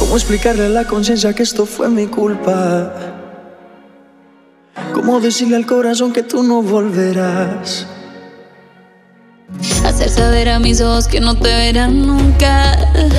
¿Cómo explicarle a la conciencia que esto fue mi culpa? ¿Cómo decirle al corazón que tú no volverás? Hacer saber a mis ojos que no te verán nunca.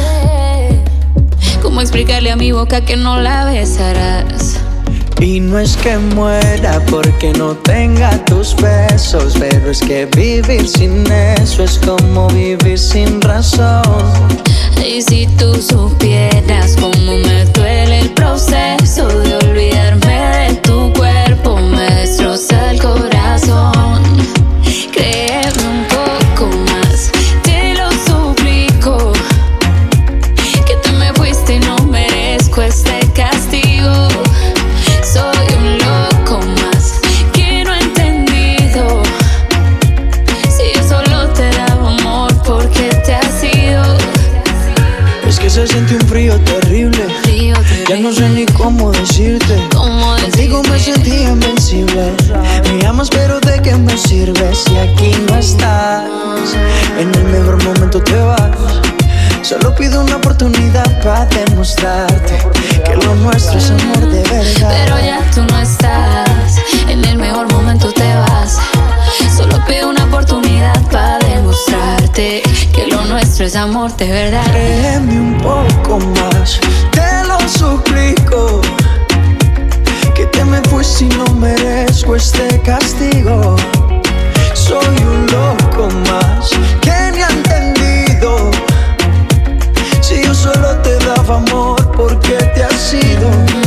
¿Cómo explicarle a mi boca que no la besarás? Y no es que muera porque no tenga tus besos, pero es que vivir sin eso es como vivir sin razón. Y si tú supieras cómo me duele el proceso de olvidarme de tu cuerpo, me destroza el corazón. Créeme un poco más, te lo suplico, que te me fuiste y no merezco este castigo. Soy un loco más que no he entendido si yo solo te daba amor porque te has ido. Es que se siente un frío terrible, ya no sé ni cómo decirte. Contigo me sentí invencible. Me amas pero ¿de qué me sirve si aquí no estás? En el mejor momento te vas. Solo pido una oportunidad para demostrarte que lo nuestro es amor de verdad. Pero ya tú no estás, en el mejor momento te vas. Solo pido una oportunidad para demostrarte que lo nuestro es amor de verdad. Créeme un poco más, te lo suplico, que te me fuiste y no merezco este castigo. Soy un loco más que ni ha entendido si yo solo te daba amor porque te has ido.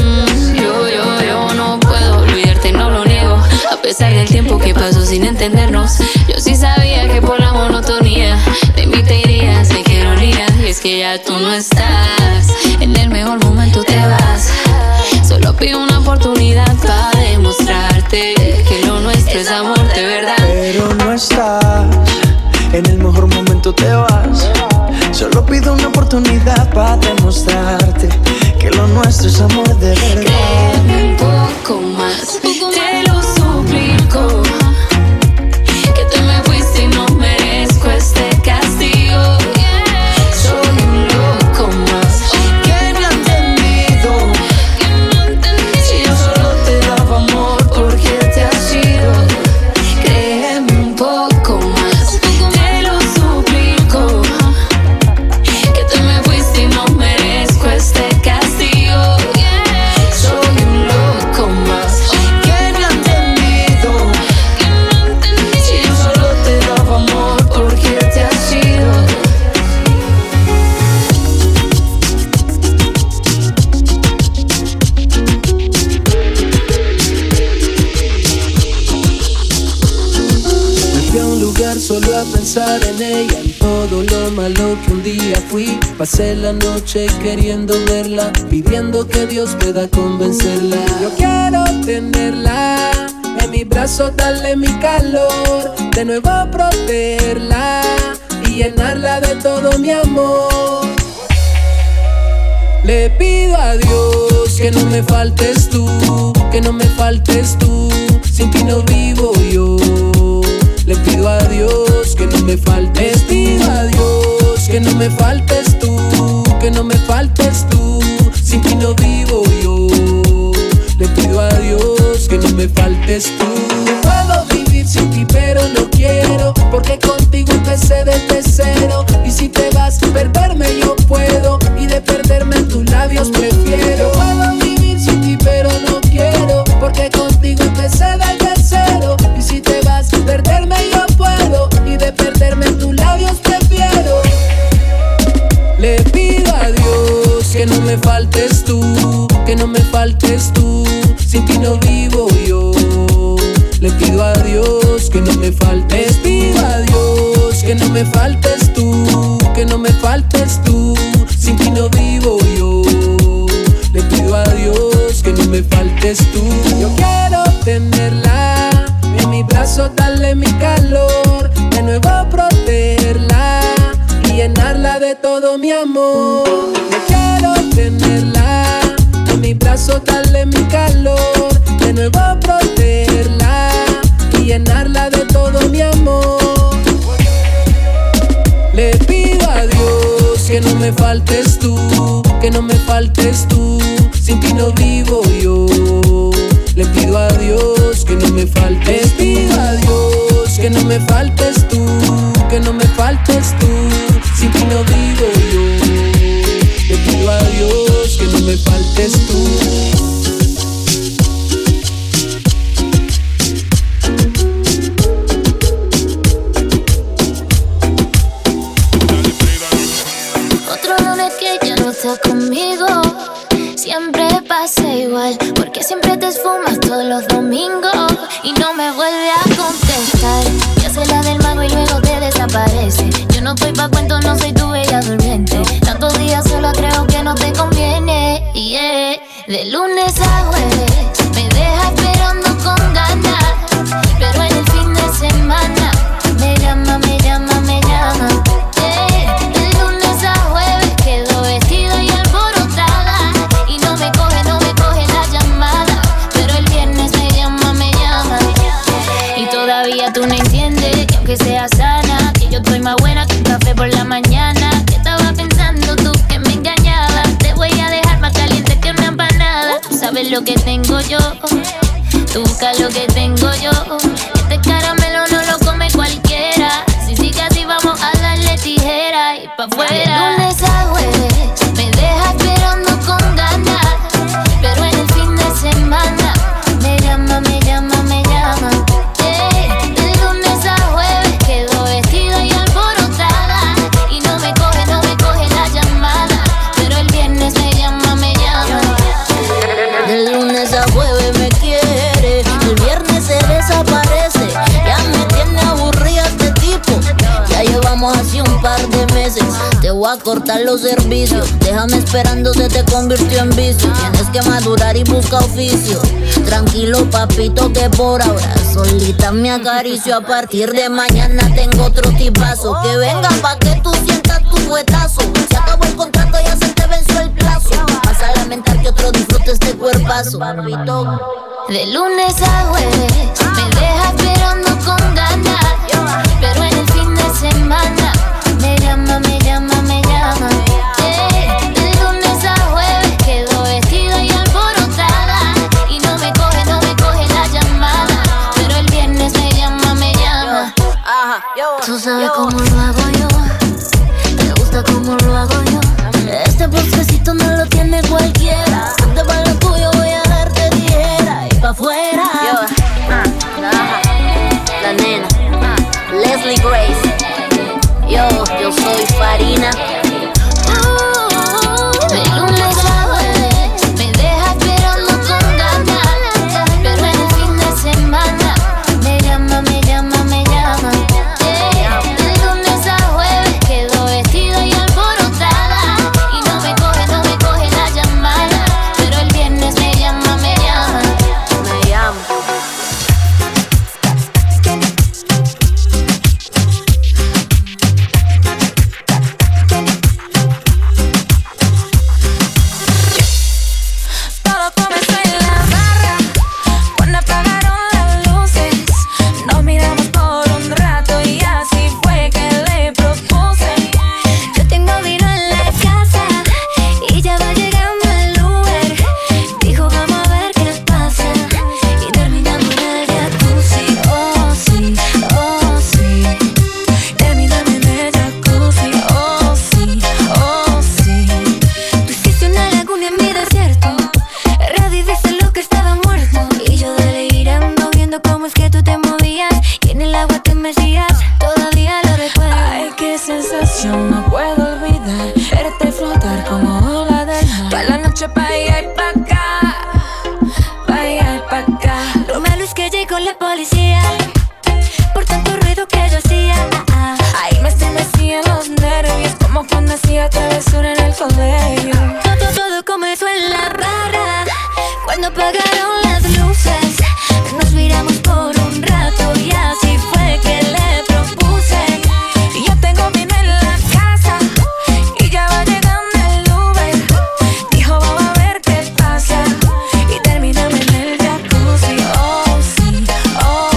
Yo no puedo olvidarte, no lo niego. A pesar del tiempo que pasó sin entendernos, yo sí sabía que por la monotonía de mí te irías, de qué ironía. Y es que ya tú no estás, en el mejor momento te vas. Solo pido una oportunidad para demostrarte que lo nuestro es amor de verdad. Pero no estás, en el mejor momento te vas. Solo pido una oportunidad para demostrarte que lo nuestro es amor de verdad. Créeme un poco más, te lo suplico, que te me fuiste y no merezco este castigo. Soy un loco más que no ha entendido si yo solo te daba amor porque te has ido. Créeme un poco más, te lo suplico, que te me fuiste y no merezco este castigo. Soy un loco más que no ha entendido si yo solo te daba amor porque te has ido. Me fui a un lugar solo a pensar en ella, en todo lo malo que un día fui. Pasé la noche queriendo verla, pidiendo que Dios pueda convencerla. Yo quiero tenerla en mi brazo, darle mi calor, de nuevo protegerla y llenarla de todo mi amor. Le pido a Dios que no me faltes tú, que no me faltes tú, sin ti no vivo yo. Le pido a Dios que no me faltes, pido a Dios que no me faltes tú, que no me faltes tú, sin ti no vivo yo. Le pido a Dios que no me faltes tú. No puedo vivir sin ti pero no quiero, porque contigo empecé desde cero. Y si te vas, perderme yo puedo, y de perderme en tus labios prefiero. No puedo vivir sin ti pero no quiero, porque contigo empecé desde cero. Y si te vas, perderme yo puedo, y de perderme en tus labios prefiero. Le pido a Dios que no me faltes tú, que no me faltes tú, sin ti no vivo yo. Le pido a Dios que no me faltes, pido a Dios que no me faltes tú, que no me faltes tú, sin ti no vivo yo. Le pido a Dios que no me faltes tú. Yo quiero tenerla en mi brazo, darle mi calor, de nuevo protegerla y llenarla de todo mi amor. Yo quiero tenerla en mi brazo, darle mi calor, de nuevo protegerla y llenarla de todo mi amor. Le pido a Dios que no me faltes tú, que no me faltes tú. Sin ti no vivo yo. Le pido a Dios que no me faltes. Le pido a Dios que no me faltes tú, que no me faltes tú. Sin ti no vivo yo. Le pido a Dios que no me faltes tú. Conmigo siempre pasa igual, porque siempre te esfumas todos los domingos y no me vuelve a contestar. Y hace la del mago y luego te desaparece. Yo no estoy pa' cuento, no soy tu bella durmiente. Tantos días sola creo que no te conviene, yeah. De lunes a jueves me deja esperando con ganas, pero en el fin de semana me llama, me llama, me llama. Tú no entiendes que aunque sea sana, que yo estoy más buena que un café por la mañana. Que estaba pensando tú que me engañabas. Te voy a dejar más caliente que una empanada. Tú sabes lo que tengo yo, tú buscas lo que tengo yo. Este caramelo no lo come cualquiera. Si sigue así vamos a darle tijera y pa' afuera. De lunes a jueves me deja esperando con ganas, pero en el fin de semana me llama, me llama, me llama. Hace un par de meses te voy a cortar los servicios. Déjame esperando, se te convirtió en vicio. Tienes que madurar y busca oficio. Tranquilo papito que por ahora solita me acaricio. A partir de mañana tengo otro tipazo. Que venga pa' que tú sientas tu fuetazo. Se acabó el contrato, ya se te venció el plazo. Vas a lamentar que otro disfrute este cuerpazo, papito. De lunes a jueves me deja esperando con ganas, pero en el fin de semana me llama, me llama, me llama. De lunes a jueves quedo vestida y alborotada y no me coge la llamada, pero el viernes me llama, me llama. Tú sabes cómo lo hago yo, te gusta cómo lo hago yo. Este postrecito no lo tiene cualquiera. Ponte pa' lo tuyo, voy a darte tijera y pa' afuera. La nena, Leslie Grace. Yo soy Farina. De lunes a jueves me deja esperando con ganas, pero en el fin de semana me llama, me llama, me llama. De lunes a jueves quedo vestida y alborotada y no me coge la llamada, pero el viernes me llama, me llama. Me llama. No puedo olvidar verte flotar como ola del mar. Toda la noche pa' allá y pa' acá, pa' allá y pa' acá. Romeo es que llegó la policía por tanto ruido que yo hacía. Ahí me estremecían los nervios, como cuando hacía travesura en el colegio. Todo comenzó en la barra, cuando apagaron las luces. Nos miramos por un rato y así fue que le propuse. Y yo tengo mi en la casa y ya va llegando el Uber. Dijo vamos a ver qué pasa y terminamos en el jacuzzi. Oh sí, oh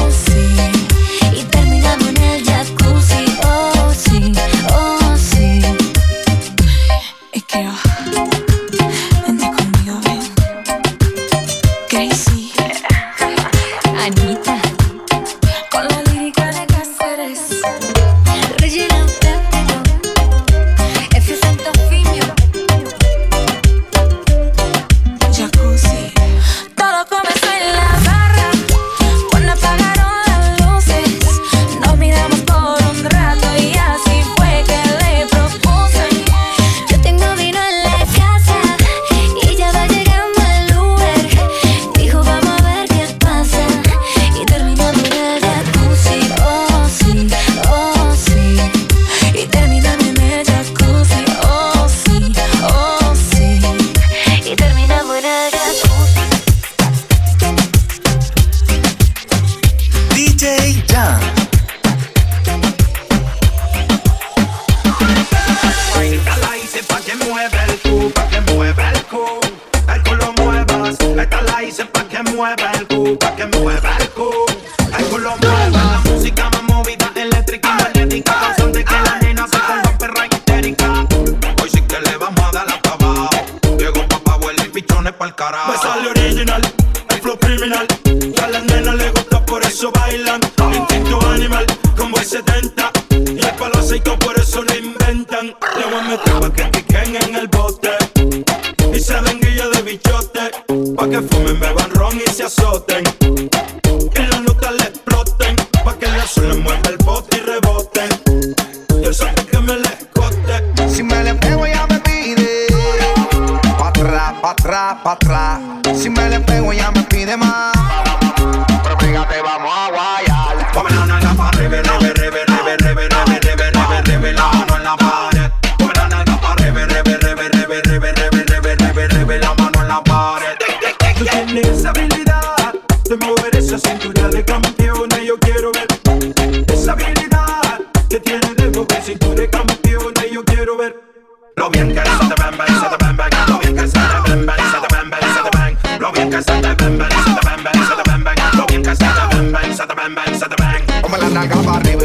pero por eso lo inventan. Le voy a meter pa' que quiquen en el bote y se den guilla de bichote, pa' que fumen, beban ron y se azoten, que las notas le exploten, pa' que el azul le mueva el bote y reboten. Yo sé que me le escote. Si me le pego ella me pide pa' atrás, pa' atrás, pa' atrás. Si me le pego ella me pide más. Pero fíjate, vamos a guayar. Ponme la nalga pa' rebe, rebe, rebe, rebe, rebe, rebe, rebe, rebe, rebe, la mano en la pared. Ponme la nalga pa' rebe, rebe, rebe, rebe, rebe, rebe, rebe, rebe, rebe, la mano en la pared. Tú tienes esa habilidad de mover esa cintura de campeona. Yo quiero ver esa habilidad que tiene de mover cintura de campeona. Yo quiero ver lo bien que se te ven, se te ven, lo bien que se te ven, se te ven, se te ven, lo bien que se te ven, se te ven, se te ven, lo bien que se te ven, se te ven, se te ven. Ponme la nalga pa' arriba,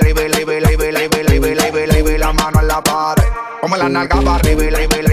la mano en la pared. Ponme la nalga pa' arriba,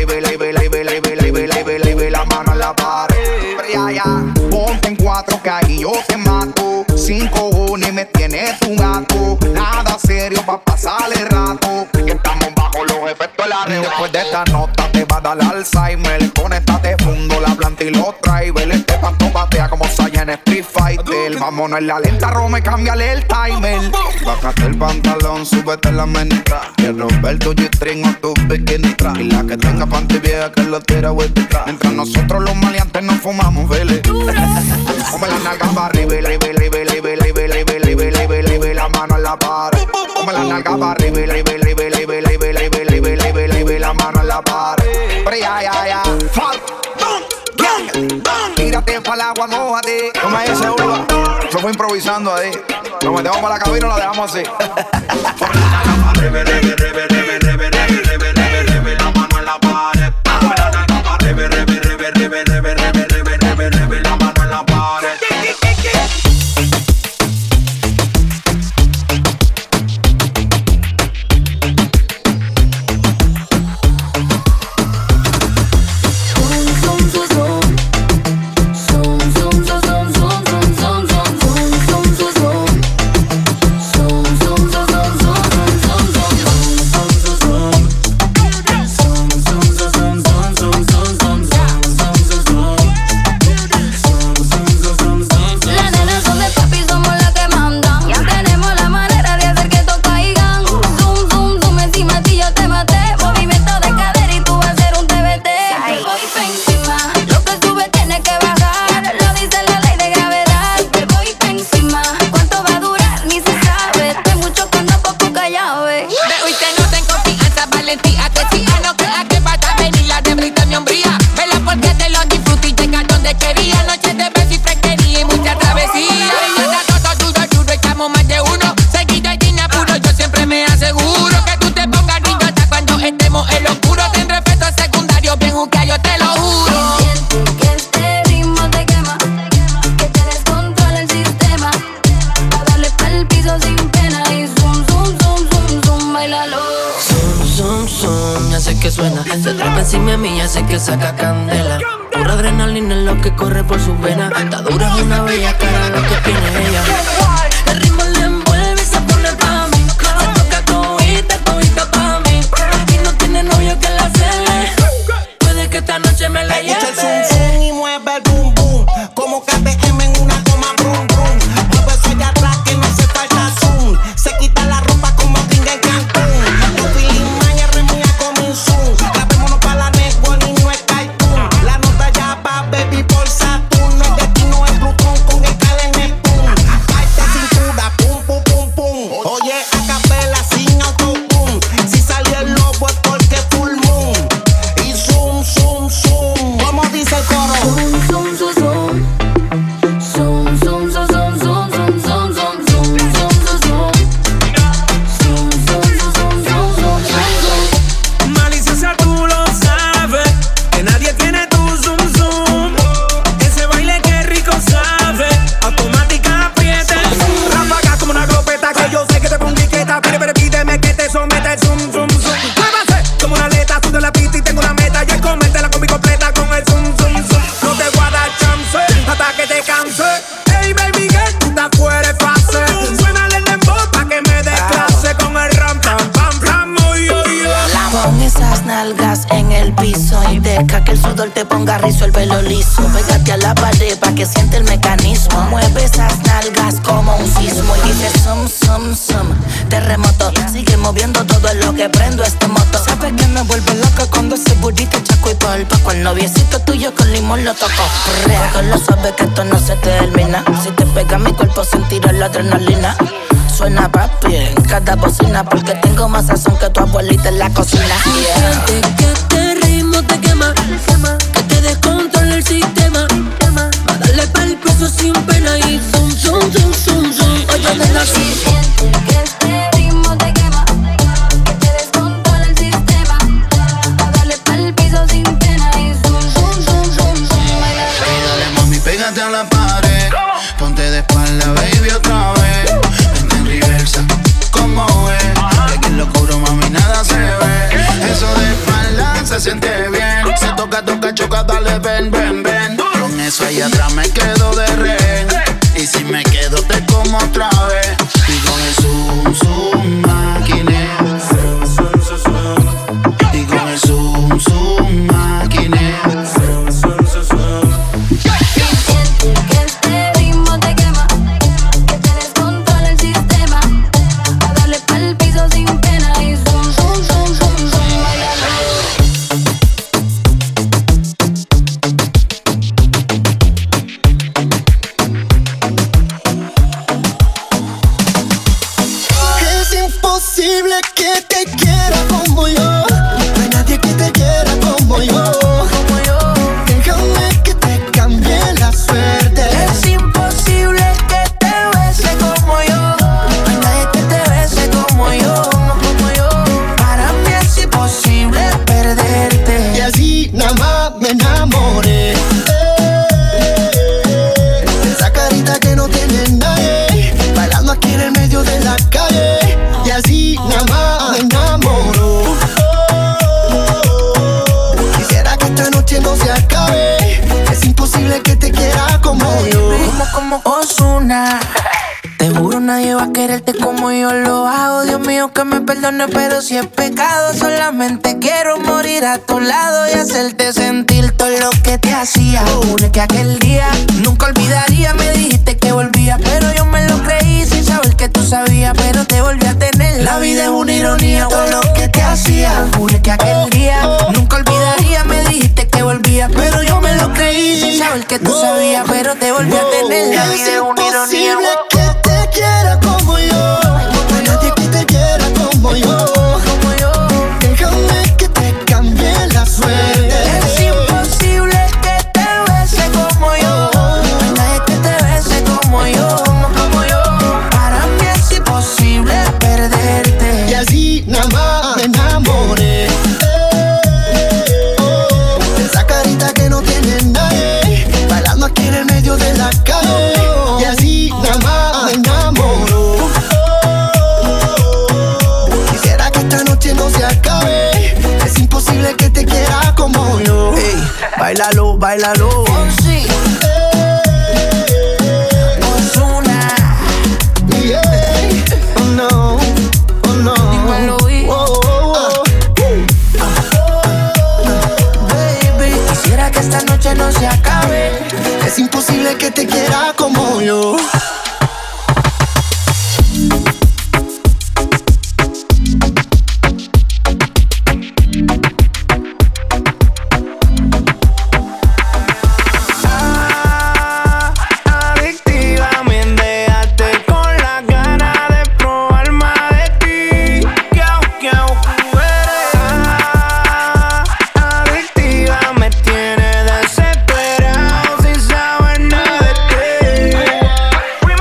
la mano en la pared. Pero ya, ponte en 4K y yo te mato. 5 cojones me tienes un gato. Nada serio pa' pasar el rato, que estamos bajo los efectos de la red. Después de esta nota te va a dar Alzheimer. Conéctate fundo, la planta y los drivers. Este pato patea como Saya en Street Fighter. Vámonos en la lenta, Rome, cámbiale el timer. Bájate el pantalón, súbete la menita. Quiero ver tu G-string o tu bikini tra. Y la que tenga panty vieja que lo tira vuelta atrás. Mientras nosotros los maleantes nos fumamos, vele. Ponme la nalga pa' arriba, la mano en la pared. Ponme la nalga pa' arriba, la mano en la pared. Pero ya. Tírate pa'l agua, mójate. Toma ese urba. Yo fui improvisando ahí. Nos metemos para la cabina y lo dejamos así. La mano en la pared. La mano en la pared. Saca candela, pura adrenalina es lo que corre por sus venas. Está dura, es una bella cara lo que tiene ella. El ritmo le envuelve y se pone pa' mí. Se toca todita pa' mí. Y no tiene novio que la cele. Puede que esta noche me la lleve. Escucha el zum zum y mueve el boom boom. Como KTM en una goma brum brum. Mueve eso allá atrás que no hace falta zoom. Se quita la ropa como gringa en Cancún. Los feeling maña remuña como un zoom. Grabémonos pa' la network y no es cartoon. La nota ya pa' baby por Saturn. No es destino, es Plutón con escala en Neptune. Alta cintura, pum pum pum pum. Oye, a capela sin autotune. Si salió el lobo es porque full moon. Y zoom, zoom, zoom. Como dice el coro. Zoom, zoom, zoom, zoom. Zoom, zoom, zoom, zoom, zoom, zoom, zoom, zoom, zoom, zoom, zoom, zoom. Zoom, zoom, zoom, zoom, zoom, zoom. Maliciosa, tú lo sabes, que nadie tiene tu zoom zoom. Ese baile que rico sabe, automática apriete. Ráfaga como una glopeta que yo sé que te pongo quieta. Pídeme que te someta el zoom zoom zoom. Muévase como una aleta, sudo la pista y tengo una meta. Y es comértela con mi completa con el zoom zoom zoom. No te voy a dar chance hasta que te canse. Hey baby girl, tú estás fuera de fase. Suénale el dembow pa' que me des clase con el ram pam pam pam. nalgas en el piso y deja que el sudor te ponga rizo, el pelo liso. Pégate a la pared pa' que siente el mecanismo. Mueve esas nalgas como un sismo y dice sum, sum, sum. Terremoto, sigue moviendo todo lo que prendo este moto. Sabes que me vuelve loca cuando ese burrito chaco y polpa. Con el noviecito tuyo con limón lo toco. Porque lo sabes que esto no se termina. Si te pega mi cuerpo sentiré la adrenalina. Suena papi en cada bocina porque tengo más sazón que tu abuelita en la cocina. Siente que este ritmo te quema, que te descontrola el sistema. Va a darle pa'l piso sin pena y zum, zum, zum, zum, zum. Oye, nena, sí. Siente que este ritmo te quema, que te descontrola el sistema. Va a darle pa'l piso sin pena y zum, zum, zum, zum, zum. Dale mami, pégate a la pared. Ponte de espalda, baby, otra vez. Vente en reversa, como es. Que aquí en lo oscuro, mami, nada se ve. Eso de espalda se siente bien. Se toca, toca, choca, dale, ven, ven, ven. Con eso allá atrás me quedo de rehén. Y si me quedo, te como otra vez. Y con el zoom, zoom, maquineo. Y con el zoom, zoom, maquineo. Que este ritmo te quema, que te descontrola el sistema. Va a darle pa'l piso sin pena y zum, zum, zum, zum, zum. Es imposible que te quiera como yo. No hay nadie que te quiera como yo. Déjame que te cambie la suerte. Es imposible que te bese como yo. No hay nadie que te bese como yo, como yo. Para mí es imposible perderte. Y así nada más me enamoré. Esa carita que no tiene nadie, bailando aquí en el medio de la calle. Y así nada más me enamoro. Quisiera que esta noche no se acabe. Es imposible que te quiera como yo. Como Ozuna. Te juro nadie va a quererte como yo lo hago. Dios mío que me perdone, pero si es pecado, solamente quiero morir a tu lado y hacerte sentir todo lo que te hacía. Juré que aquel día nunca olvidaría. Me dijiste que volvía, pero yo me lo creí sin saber que tú sabías, pero te volví a tener. La vida es una ironía, todo lo que te hacía. Juré que aquel día nunca olvidaría. Me dijiste que volvía, pero yo me lo creí sin saber que tú sabías, pero te volví a tener. La vida es una ironía. Que te quiera como yo. No hay nadie que te quiera como yo. Déjame que te cambie la suerte. Es imposible que te bese como yo. No hay nadie que te bese como yo, como yo. Para mí es imposible perderte. Y así nada más me enamoré. Esa carita que no tiene nadie, bailando aquí en el medio de la calle. Y así nada más me enamoro. Quisiera que esta noche no se acabe. Es imposible que te quiera como yo. Ey, bailalo, bailalo. Sí. Ozuna. Yeah. Oh no, oh no. Dímelo, baby, quisiera que esta noche no se acabe. Es imposible que te quiera como yo. Adictiva, me dejaste con las ganas de probar más de ti. Adictiva, me tiene desesperado sin saber nada de ti.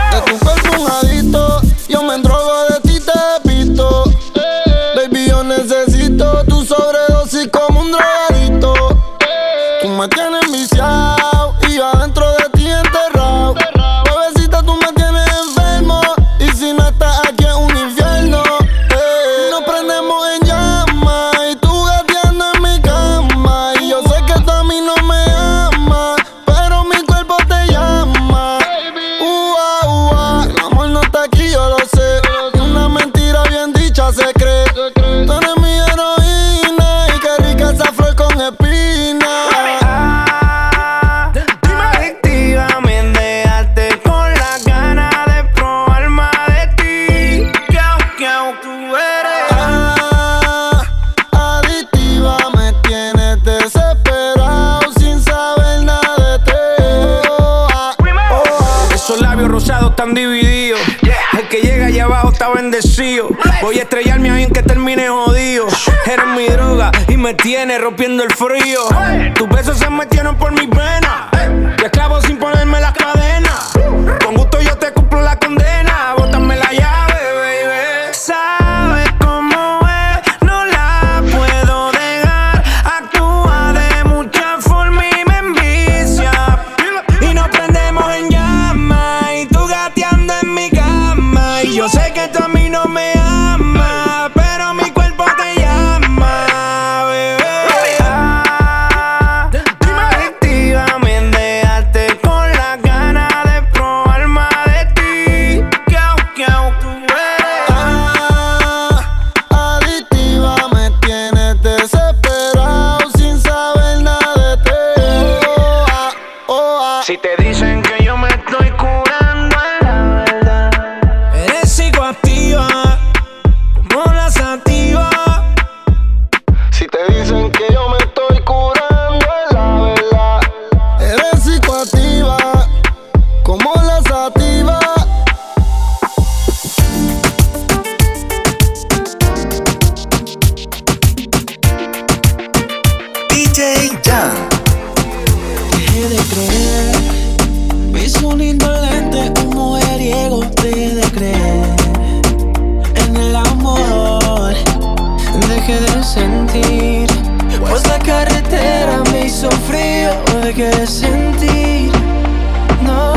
bendecido. Voy a estrellarme ahí en que termine jodido. Eres mi droga y me tiene rompiendo el frío. Tus besos se metieron por mis venas. Yo esclavo sin ponerme las cadenas. Con gusto yo te cumplo la condena. Bótame la llave, baby. Sabes cómo es, no la puedo dejar. Actúa de mucha forma y me envicia. Y nos prendemos en llama. Y tú gateando en mi cama. Y yo sé que tú a mí no me amas, pero mi cuerpo te llama, bebé. Adictiva, me dejaste con las ganas de probar más de ti. Adictiva, me tienes desesperado sin saber nada de ti. Si te dicen que yo me estoy curando, es la verdad. Eres psicoactiva, como la sativa. Si te dicen que yo me estoy curando, es la verdad. Eres psicoactiva, como la sativa. DJ Jan. Dejé de creer, vi un indolente, un mujeriego. Dejé de creer en el amor, dejé de sentir, pues la carretera me hizo frío. Dejé de sentir, no.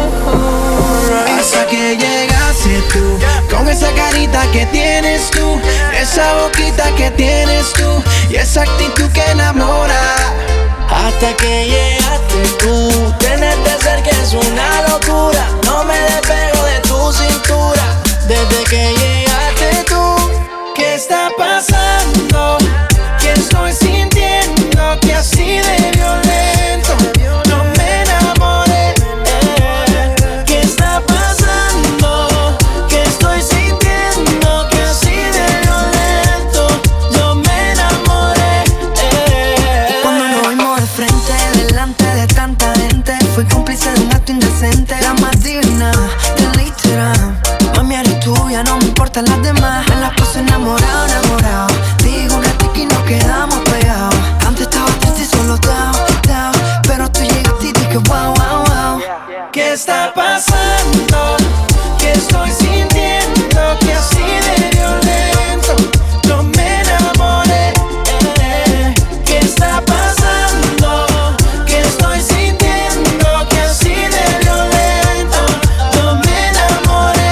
Hasta que llegaste tú, con esa carita que tienes tú, esa boquita que tienes tú y esa actitud que enamora. Hasta que llegaste tú, tenerte cerca es una locura. No me despego de tu cintura. Desde que llegaste tú, ¿qué está pasando? ¿Qué estoy sintiendo? Que así de violento no me enamoré. ¿Qué está pasando? ¿Qué estoy sintiendo? Que así de violento yo me enamoré. Cuando nos vimos de frente, delante de tanta gente, fui cómplice de un acto indecente. La más digna del Instagram. Mami, eres tuya, no me importan las demás. Me las paso enamorado, enamorado. Digo un ratito y nos quedamos pegados. Antes estaba triste y solo down. Pero tú llegaste y dije wow, wow, wow. ¿Qué está pasando? ¿Qué estoy sintiendo? Que así de violento no me enamoré. ¿Qué está pasando? ¿Qué estoy sintiendo? Que así de violento no me enamoré.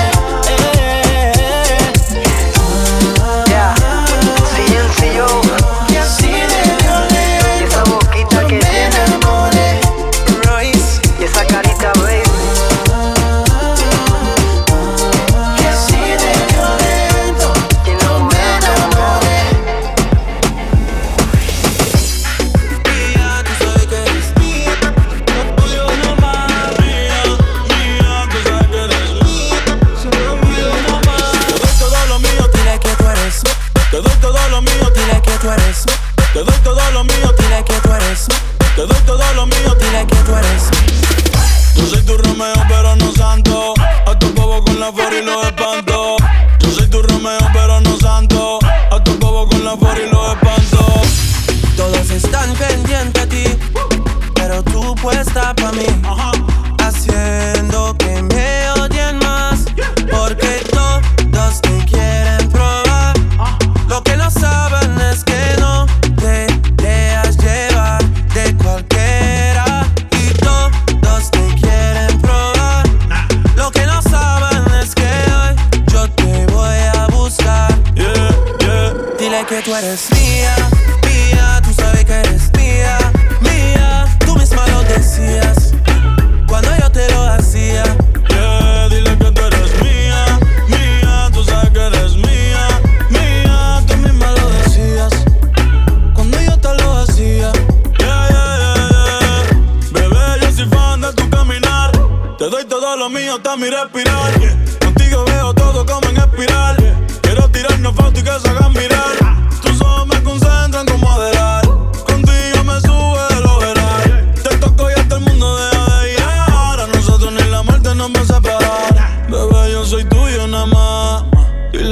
Que así de violento Y esa boquita no que me tiene enamoré. Royce, y esa carita, baby. Que así de violento no me enamoré. Mía, tú sabes que eres mía. No tuyo nomás. Mía, tú sabes que eres mía. Solo mío nomás. Te doy todo lo mío, dile que tú eres. Te doy todo lo mío, dile que tú eres. Te doy todo lo mío, dile que tú eres. Te doy todo lo mío, dile que tú eres. Yo soy tu Romeo, pero no santo. A tu bobo con la for y lo espanto. Yo soy tu Romeo, pero no santo. A tu bobo con la for y lo espanto. Todos están pendientes a ti, pero tú puesta pa' mí, haciendo que me odien más, porque todos te quieren probar. Lo que no saben es que no te dejas llevar de cualquiera, y todos te quieren probar. Lo que no saben es que hoy yo te voy a buscar. Dile que tú eres mía, mía, tú sabes que eres mía, mía. Tú misma lo decías cuando yo te lo hacía. Dile que tú eres mía, mía, tú sabes que eres mía, mía. Tú misma lo decías cuando yo te lo hacía. Bebé, yo soy fan de tu caminar. Te doy todo lo mío hasta mi respirar. Contigo veo todo como en espiral. Quiero tirarnos fotos y que se hagan mirar. Tus ojos me concentran como adelar. Contigo me sube de lo veral. Te toco y hasta el mundo deja de ir. A nosotros ni la muerte nos va a separar. Bebé, yo soy tuyo nada más.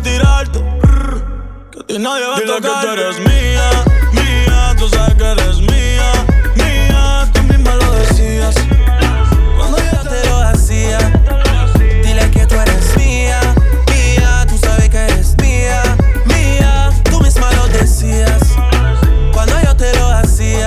tirarte. Que a ti nadie va a tocar. Dile que tú eres mía, mía. Tú sabes que eres mía, mía. Tú misma lo decías cuando yo te lo hacía. Dile que tú eres mía, mía. Tú sabes que eres mía, mía. Tú misma lo decías cuando yo te lo hacía.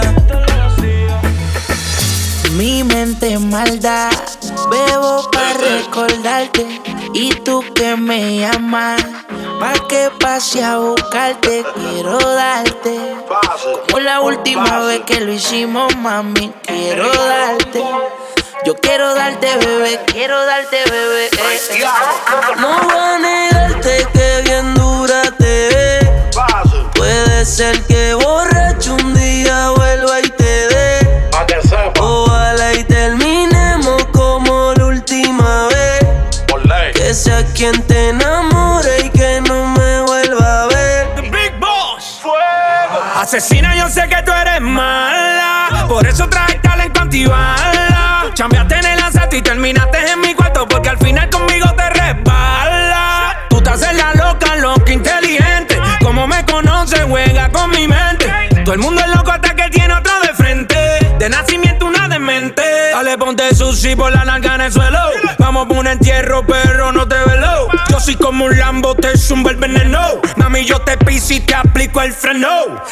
Mi mente maldad, bebo para recordarte. Y tú que me llamas, pa' que pase a buscarte. Quiero darte, como la última vez que lo hicimos, mami. Quiero darte, yo quiero darte, bebé. Quiero darte, bebé. No voy a negarte que bien dura te ve. Puede ser que borracho un día vuelva y te dé. Ojalá y terminemos como la última vez. Que sea quien te enamore y que no me vuelva a ver. The Big Boss. Fuego. Asesina, yo sé que tú eres mala, por eso traje talento antibala. Chambeaste en el asalto y terminaste en mi cuarto, porque al final conmigo te resbala. Tú te haces la loca, loca, inteligente. Como me conoces, juega con mi mente. Todo el mundo es loco hasta que tiene otro de frente. De nacimiento una demente. Dale, ponte sushi por la nalga en el suelo. Vamos por un entierro, perro, no te velo. Yo soy como un Lambo, te zumba el veneno. Mami, yo te piso y te aplico el freno.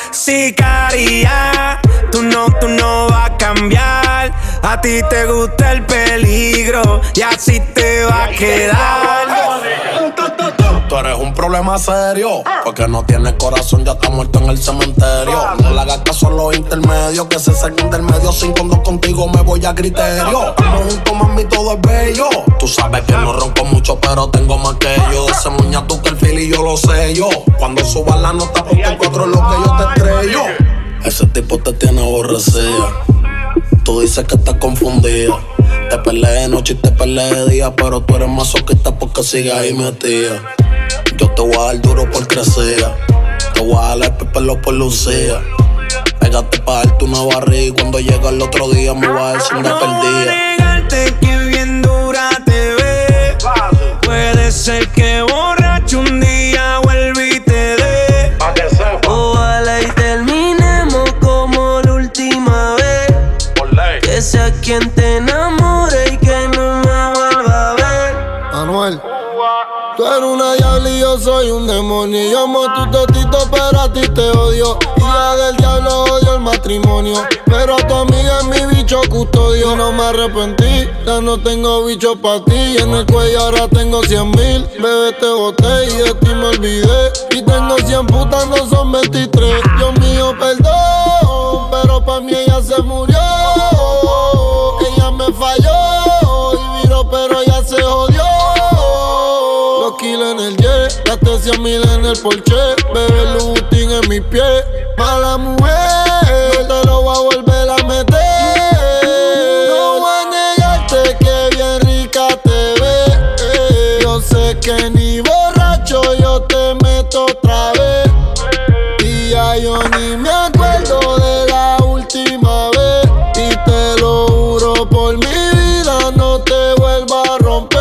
Sicaria, tú no vas a cambiar. A ti te gusta el peligro y así te va a quedar. Tú eres un problema serio, porque no tienes corazón, ya está muerto en el cementerio. No le hagas caso a los intermedios, que se saquen del medio. 5-2 contigo me voy a criterio. Estamos juntos, mami, todo es bello. Tú sabes que no ronco mucho, pero tengo más que yo. De ese muñato que el fili yo lo sé yo. Cuando subas la nota, ponte en 4 lo que yo te estrello. Ese tipo te tiene aborrecida. Tú dices que estás confundida. Te peleé de noche y te peleé de día, pero tú eres masoquista porque sigues ahí metida. Yo te voy a dar duro por crecer. Te voy a dar el pelo por lucía. Pégate pa' darte una barriga y cuando llega el otro día me va a decir una perdida. No voy a negarte que bien dura te ve. Puede ser que borracho un día vuelva y te dé. Ojalá y terminemos como la última vez. Que sea quien te enamore y que no me vuelva a ver. Anuel, tú eres una diabla y yo soy un demonio. Yo amo tu totito, pero a ti te odio. Hija del diablo, odio el matrimonio. Pero a tu amiga es mi bicho custodio. No me arrepentí, ya no tengo bicho pa' ti. En el cuello ahora tengo 100,000. Bebé, te boté y de ti me olvidé. Y tengo 100 putas, no son 23. Dios mío, perdón, pero pa' mí ella se murió. Ella me falló y viró, pero ella se jodió. Los kilos en el jet, gasté 100,000 en el Porsche. Bebé, Louboutin en mi pie. Mala mujer, no te lo voy a volver a meter. No voy a negarte que bien rica te ves. Yo sé que ni borracho yo te meto otra vez. Y ya yo ni me acuerdo de la última vez. Y te lo juro por mi vida, no te vuelva a romper.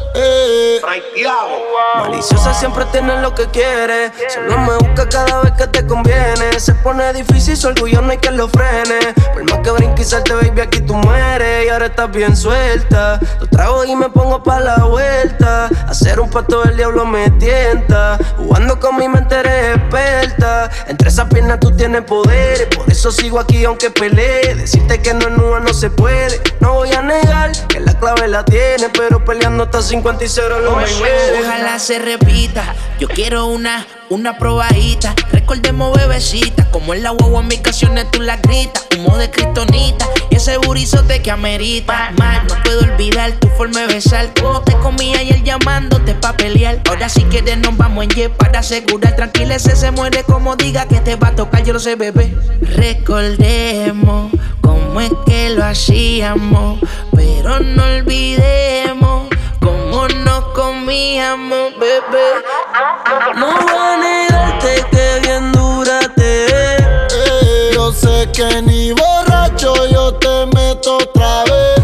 Maliciosa siempre tiene lo que quiere. Solo me busca cada vez que te conviene. Se pone difícil, su orgullo no hay que lo frene. Por más que brinque y salte, baby, aquí tú mueres. Y ahora estás bien suelta. Lo trago y me pongo pa' la vuelta. Hacer un pacto del diablo me tienta. Jugando con mi mente eres experta. Entre esas piernas tú tienes poder. Por eso sigo aquí aunque pelee. Decirte que no es nua no se puede. No voy a negar que la clave la tiene, pero peleando hasta 50 y 0 lo me Ojalá se repita. Yo quiero una probadita. Recordemos bebecita, como en la guagua en mis canciones tú la gritas. Humo de kriptonita y ese burizote que amerita. Mal, no puedo olvidar tu forma de besar. Como te comía y él llamándote pa' pelear. Ahora si quieres nos vamos en jet para asegurar. Tranquila, ese se muere como diga que te va a tocar, yo lo sé, bebé. Recordemos cómo es que lo hacíamos, pero no olvidemos cómo nos comíamos, bebé. No voy a negarte que bien dura te ves. Yo sé que ni borracho yo te meto otra vez.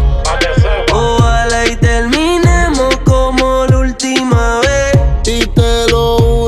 Ojalá y terminemos como la última vez. Y te lo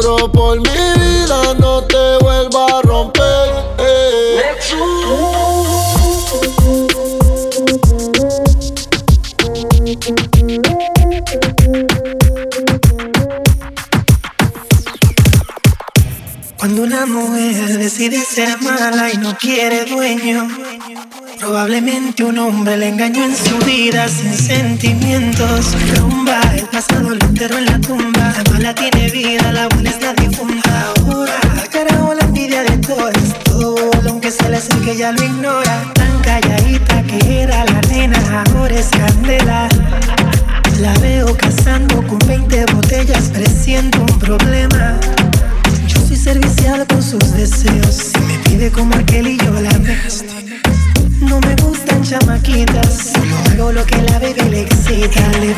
Cuando una mujer decide ser mala y no quiere dueño, probablemente un hombre le engañó en su vida sin sentimientos. Rumba, el pasado lo enterró en la tumba. La mala tiene vida, la buena es la difunta. Ahora, al carajo la envidia de todos, todo, aunque se le acerque ya lo ignora. Tan calladita que era la nena, ahora es candela. La veo cazando con 20 botellas, presiento un problema. Yo soy servicial con sus deseos, si me pide como aquel y yo la beso. No me gustan chamaquitas, solo hago lo que la bebé le excita. Le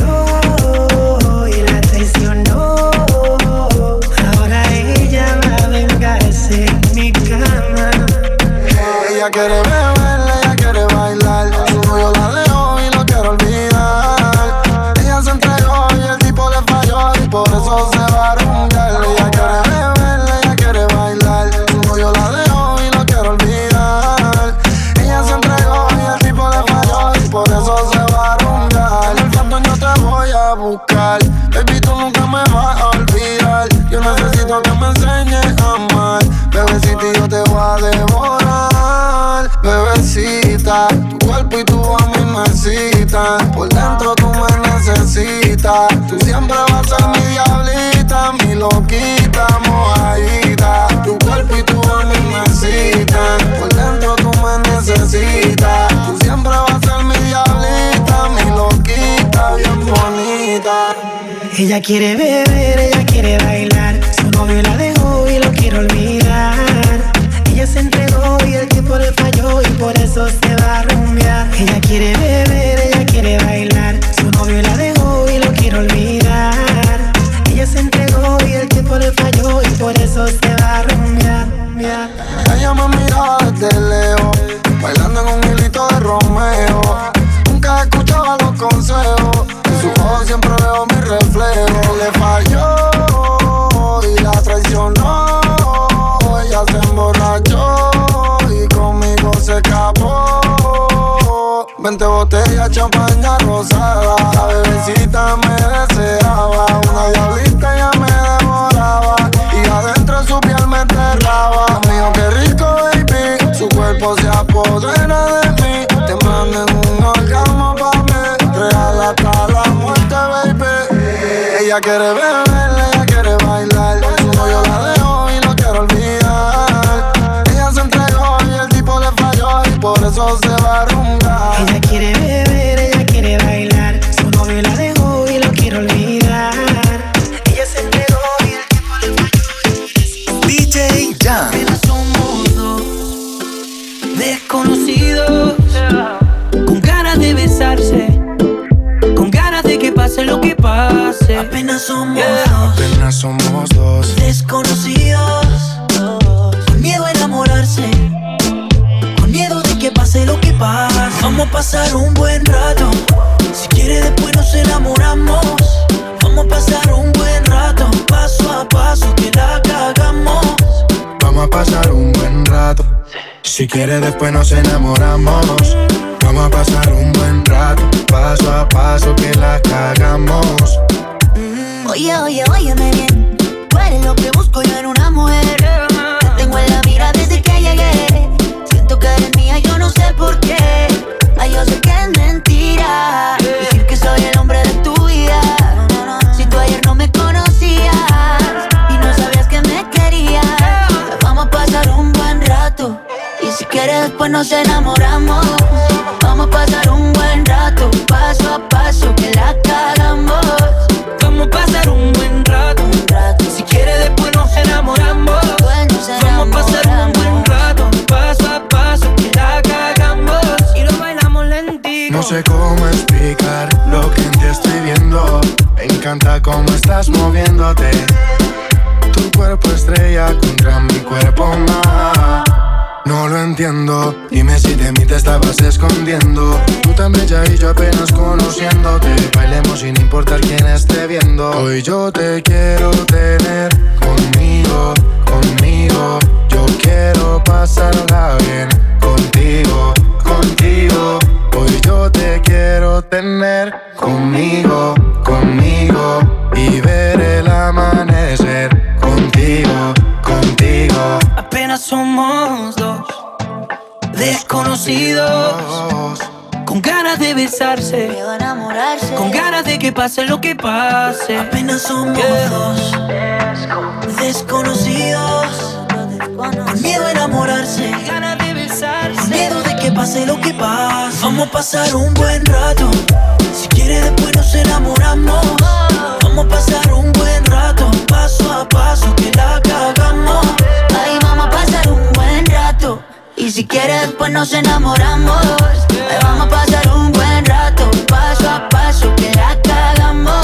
falló y la traicionó, ahora ella va a vengarse en mi cama. Ella quiere beber, ella quiere bailar, su novio la dejó y lo quiero olvidar. Ella se entregó y el tipo le falló y por eso se va a rumbear. Ella quiere beber, ella quiere bailar, su novio la dejó y lo quiero olvidar. Ella se entregó y el tipo le falló y por eso se va a rumbear. En el fondo yo te voy a buscar, baby, tú nunca me vas a olvidar. Yo necesito que me enseñes a amar, bebecita, y yo te voy a devorar. Bebecita, tu cuerpo y tu voz me necesitan. Por dentro tú me necesitas. Tú siempre vas a ser mi diablita, mi loquita, mojadita. Tu cuerpo y tu voz me necesitan. Por dentro tú me necesitas. Tú siempre vas a ser mi diablita, mi loquita, bien bonita. Ella quiere beber, ella quiere bailar, su novio la dejó y lo quiere olvidar. Ella se entregó y el tiempo le falló y por eso se va a rumbear. Ella quiere beber, ella quiere bailar, su novio la dejó y lo quiere olvidar. Ella se entregó y el tiempo le falló y por eso se va a rumbear. Ella me miraba desde lejos, bailando en un hilito de Romeo. Nunca escuchaba los consejos, en su ojos siempre veo mi reflejo. Le falló y la traicionó, ella se emborrachó y conmigo se escapó. 20 botellas, champaña rosada, la bebecita me deseaba. Una diablita ya me devoraba y adentro de su piel me enterraba. Amigo, qué rico, baby, su cuerpo se apodera de mí. Te mando en un orgasmo pa' mí, real hasta la muerte, baby. Ella quiere beber, ella quiere bailar, su novio la dejó y lo quiero olvidar. Ella se entregó y el tipo le falló y por eso se va a rumbear. Ella quiere beber, ella quiere bailar, su novio la dejó y lo quiere olvidar. Ella se entregó y el tiempo le falló. DJ Jam. Apenas somos dos desconocidos, con ganas de besarse, con ganas de que pase lo que pase. Apenas somos dos, apenas somos dos desconocidos, con miedo a enamorarse, con miedo de que pase lo que pase. Vamos a pasar un buen rato, si quiere después nos enamoramos. Vamos a pasar un buen rato, paso a paso que la cagamos. Vamos a pasar un buen rato, si quiere después nos enamoramos. Vamos a pasar un buen rato, paso a paso que la cagamos. Oye, oye, óyeme bien, tú eres lo que busco yo en una mujer. Te tengo en la mira desde que llegué, siento que eres mía, yo no sé por qué. Ay, yo sé que es mentira decir que soy el hombre de tu vida. Si tú ayer no me conocías y no sabías que me querías. Vamos a pasar un buen rato y si quieres después nos enamoramos. Vamos a pasar un buen rato, paso a paso que la cagamos. Vamos a pasar un buen rato, si quiere después nos enamoramos. Vamos a pasar un buen rato, paso a paso que la cagamos. Y lo bailamos lentito. No sé cómo explicar lo que en ti estoy viendo. Me encanta cómo estás moviéndote. Tu cuerpo estrella contra mi cuerpo más. No lo entiendo, dime si de mí te estabas escondiendo. Tú tan bella y yo apenas conociéndote. Bailemos sin importar quién esté viendo. Hoy yo te quiero tener conmigo, conmigo. Yo quiero pasarla bien contigo, contigo. Hoy yo te quiero tener conmigo, conmigo. Y ver el amanecer contigo, contigo. somos dos desconocidos, con ganas de besarse, con ganas de que pase lo que pase. Apenas somos dos desconocidos, con miedo a enamorarse, ganas de besarse, con miedo de que pase lo que pase. Vamos a pasar un buen rato, si quiere después nos enamoramos. Vamos a pasar un buen rato, paso a paso que la cagamos. Ay, vamos a pasar un buen rato, y si quiere después nos enamoramos. Ay, vamos a pasar un buen rato, paso a paso que la cagamos.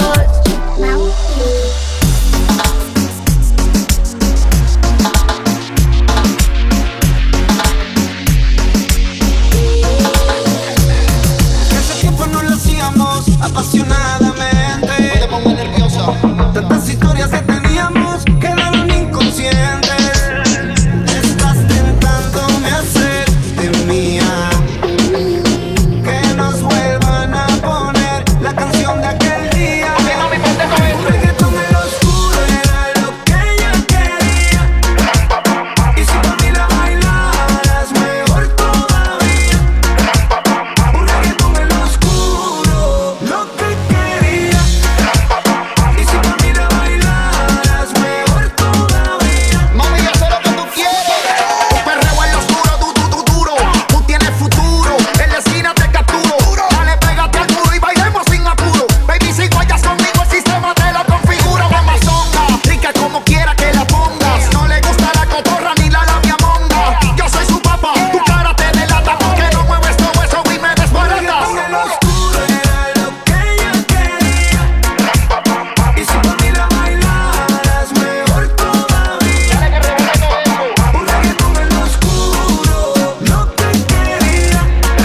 Hace tiempo no lo hacíamos apasionadamente. Te pongo nerviosa. Tantas historias que teníamos quedaron inconscientes. Estás tentándome a hacerte mía. Que nos vuelvan a poner la canción de aquel día. Un reggaetón en lo oscuro era lo que ella quería. Y si por mí la bailaras mejor todavía. Un reggaetón en lo oscuro, lo que quería. Y si por mí la bailaras mejor todavía. Mami, yo sé lo que tú quieres. Un perreo en lo oscuro, duro. Tú tienes futuro, en la esquina te capturo. Dale, pégate al muro y bailemos sin apuro. Baby, si guayas conmigo, el sistema te lo configuro. Mamazonga, rica como quiera que la pongas. No le gusta la cotorra ni la labia monga. Yo soy su papá, tu cara te delata. Porque no mueves todo eso y me desbaratas. En lo oscuro era lo que ella quería. Y si por mí la bailaras mejor todavía. Un reggaetón en lo oscuro, lo que quería.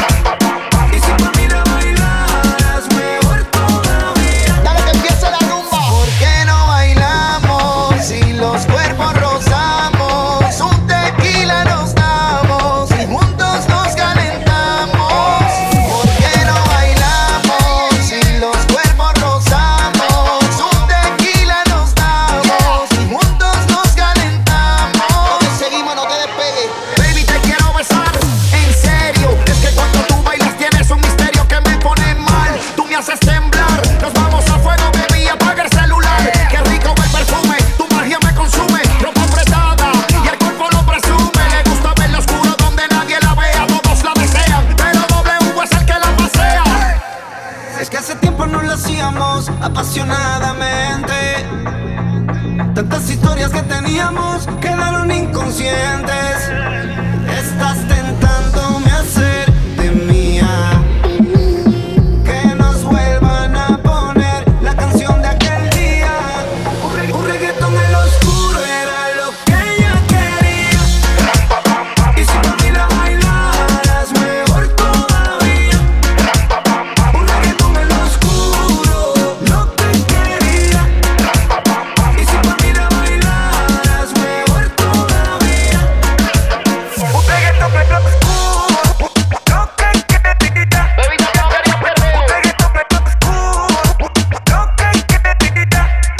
Y si por mí la bailaras mejor todavía. Dale que empiece la rumba. ¿Por qué no bailamos si los cuerpos rozamos? Un tequila nos damos y juntos nos calentamos. ¿Por qué no bailamos si los cuerpos rozamos? Un tequila nos damos y juntos nos calentamos. Seguimos, no te despegues. Baby, te quiero besar, en serio. Es que cuando tú bailas tienes un misterio que me pone mal. Tú me haces temblar. Nos vamos a fuego, baby, apaga el celular. Qué rico el perfume, tu magia me consume. Ropa apretada y el cuerpo lo presume. Le gusta verlo oscuro donde nadie la vea. Todos la desean, pero W es el que la pasea. Es que hace tiempo no lo hacíamos apasionadamente. Tantas historias que teníamos quedaron inconscientes. Estás tentándome a hacerte mía. Que nos vuelvan a poner la canción de aquel día. Un reggaetón en lo oscuro era lo que ella quería. Y si por mí la bailaras mejor todavía. Un reggaetón en lo oscuro, lo que quería. Y si por mí la bailaras mejor todavía. Un reggaetón en lo oscuro, lo que quería. Baby, no te quería perder. Un reggaetón en lo oscuro, lo que quería.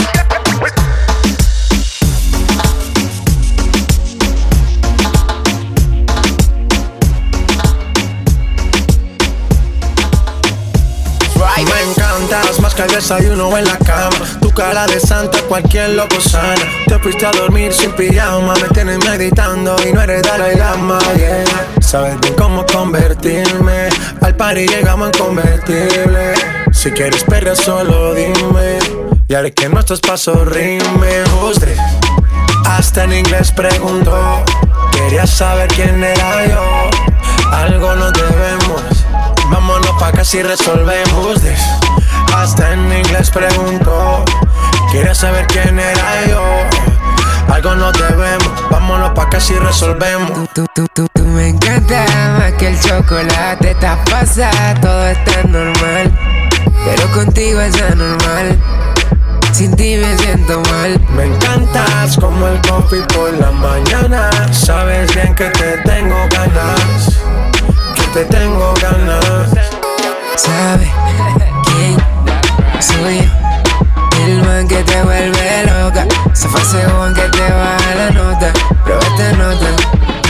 Me encantas más que el desayuno en la cama. Tu cara de santa, cualquier loco sana. Te fuiste a dormir sin pijama. Me tienes meditando y no eres Dalai Lama, yeah. Sabes bien cómo convertirme. Al party llegamos en convertible. Si quieres perder solo dime. Y haré que nuestros pasos rimen. Usted hasta en inglés preguntó. Quería saber quién era yo. Algo nos debemos. Vámonos pa' casi resolvemos this. Hasta en inglés preguntó. Quería saber quién era yo. Algo nos debemos. Vámonos pa' casi resolvemos. Tú me encantas más que el chocolate. Estás pasada, todo está normal. Pero contigo es anormal. Sin ti me siento mal. Me encantas como el coffee por la mañana. Sabes bien que te tengo ganas. Te tengo ganas. ¿Sabes quién soy yo? El man que te vuelve loca. Esa fase one que te baja la nota. Pero esta nota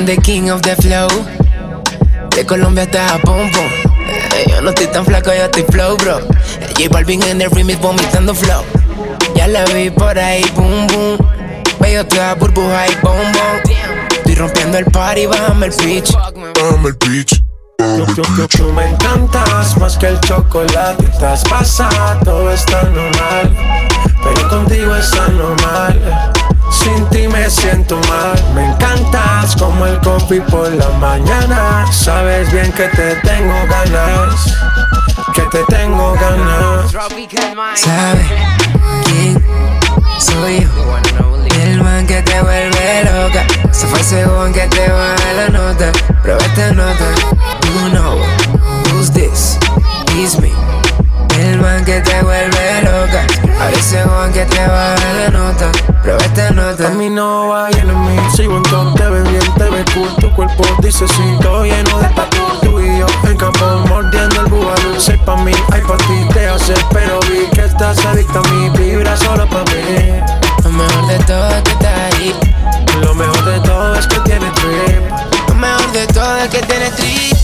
I'm the king of the flow. De Colombia hasta Japón, yo no estoy tan flaco, yo estoy flow, bro. J Balvin en el remix vomitando flow. Ya la vi por ahí, boom, boom. Veo toda burbuja y boom, boom. Estoy rompiendo el party, bájame el pitch. Bájame el pitch. Tú me encantas más que el chocolate. Estás pasada, todo está normal, pero contigo es anormal. Sin ti me siento mal. Me encantas como el coffee por la mañana. Sabes bien que te tengo ganas, que te tengo ganas. ¿Sabes quién soy yo? El man que te vuelve loca. Se fue según que te baja la nota. Prueba esta nota. You know who's this? It's me. El man que te vuelve loca. A veces según que te baja la nota. Prueba esta nota. A mí no va lleno en mí. Sigo un top, te ves bien, te ves cool. Tu cuerpo dice sí, todo lleno de tatu. Tú y yo en campo mordiendo el bubalú. Sé pa' mí, ay pa' ti te hace. Pero vi que estás adicta a mí. Vibra solo pa' mí. Lo mejor de todo es que estás ahí. Lo mejor de todo es que tienes trip. Lo mejor de todo es que tienes trip.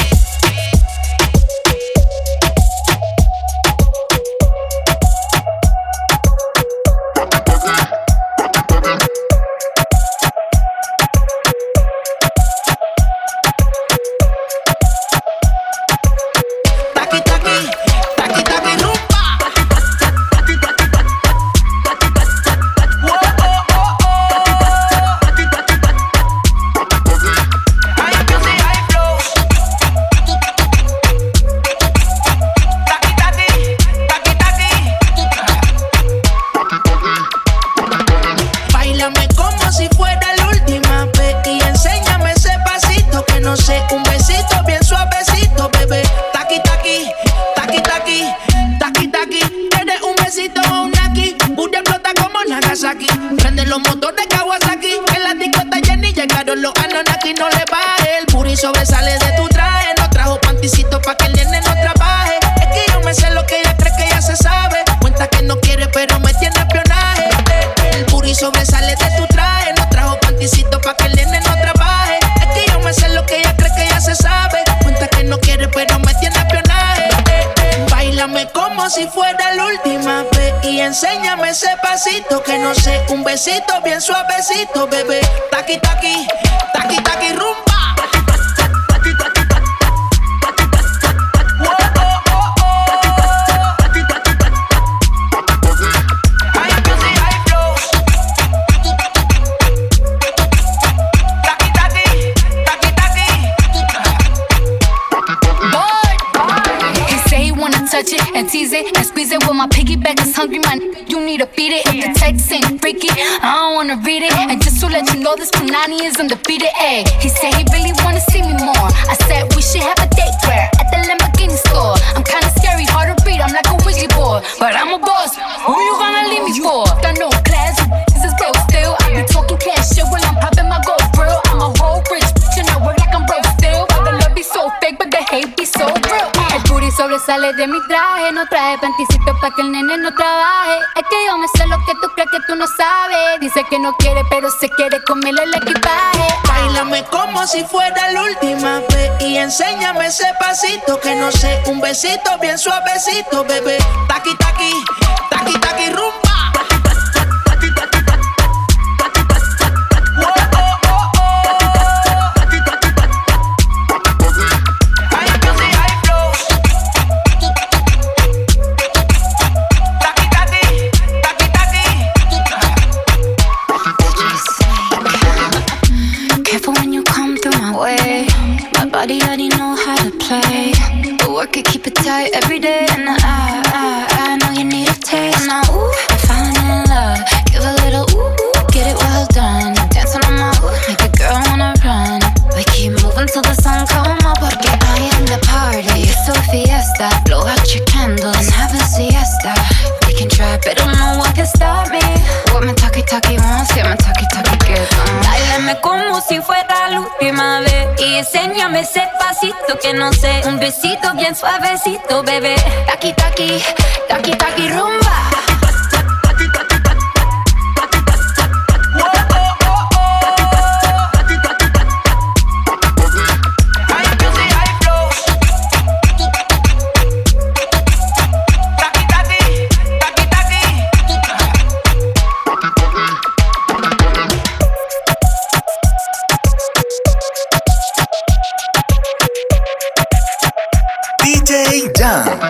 Prende los motores Kawasaki. En la discota Jenny llegaron los Anonaki. No le baje, el booty sobresale de tu traje. No trajo panticito pa' que el nene no trabaje. Es que yo me sé lo que ella cree que ya se sabe. Cuenta que no quiere pero me tiene espionaje. El booty sobresale de tu traje. No trajo panticito pa' que el nene no trabaje. Es que yo me sé lo que ella cree que ya se sabe. Cuenta que no quiere pero me tiene espionaje. Báilame como si fuera la última vez y enséñame ese pasito que no sé, un besito bien suavecito, bebé. Taqui, taqui, taqui, taqui, rumba. And tease it and squeeze it with my piggyback is hungry, man. You need to beat it. If the text ain't freaky, I don't wanna read it. And just to let you know, this Punani is undefeated. Ayy, he said he really wanna see me more. I said we should have a date where at the Lamborghini store. I'm kinda scary, hard to read. I'm like a Ouija board, but I'm a boss. Who you gonna leave me for? Got no class, this is broke still. I be talking cash shit while I'm popping my gold grill. I'm a whole rich bitch and I work like I'm broke still. But the love be so fake, but the hate be so real. El booty sobresale de mi traje. No traje panticito pa' que el nene no trabaje. Es que yo me sé lo que tú crees que tú no sabes. Dice que no quiere pero se quiere comerle el equipaje. Báilame como si fuera la última vez y enséñame ese pasito que no sé, un besito bien suavecito, bebé. Taqui, taqui, taqui, taqui, rumba. Body already know how to play. But work it, keep it tight every day. And I know you need a taste. Now, ooh, I'm falling in love. Give a little ooh, get it well done. Dancing on my ooh, make a girl wanna run. We keep moving till the sun come up. Porque I am the party. It's a fiesta. Blow out your candles and have a siesta. We can try, but no one can stop me. What my talkie wants, get my talkie get on. Báilame como si fuera la última vez y enséñame ese pasito que no sé, un besito bien suavecito, bebé. Taqui, taqui, taqui, taqui, rumba. Jan.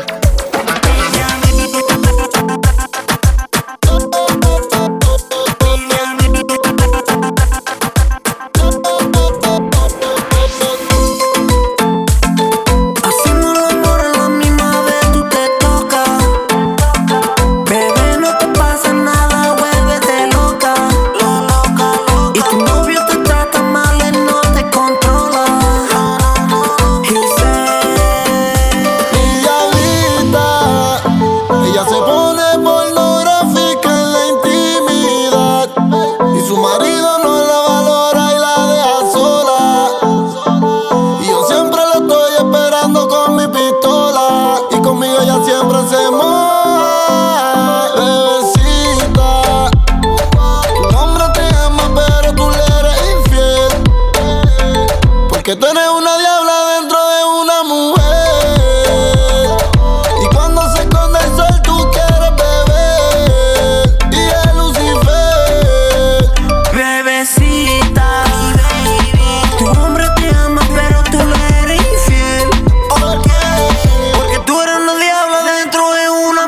Que tú eres una diabla dentro de una mujer. Y cuando se esconde el sol tú quieres beber. Y es Lucifer. Bebecita, tu hombre te ama pero tú le eres infiel. ¿Por qué? Porque tú eres una diabla dentro de una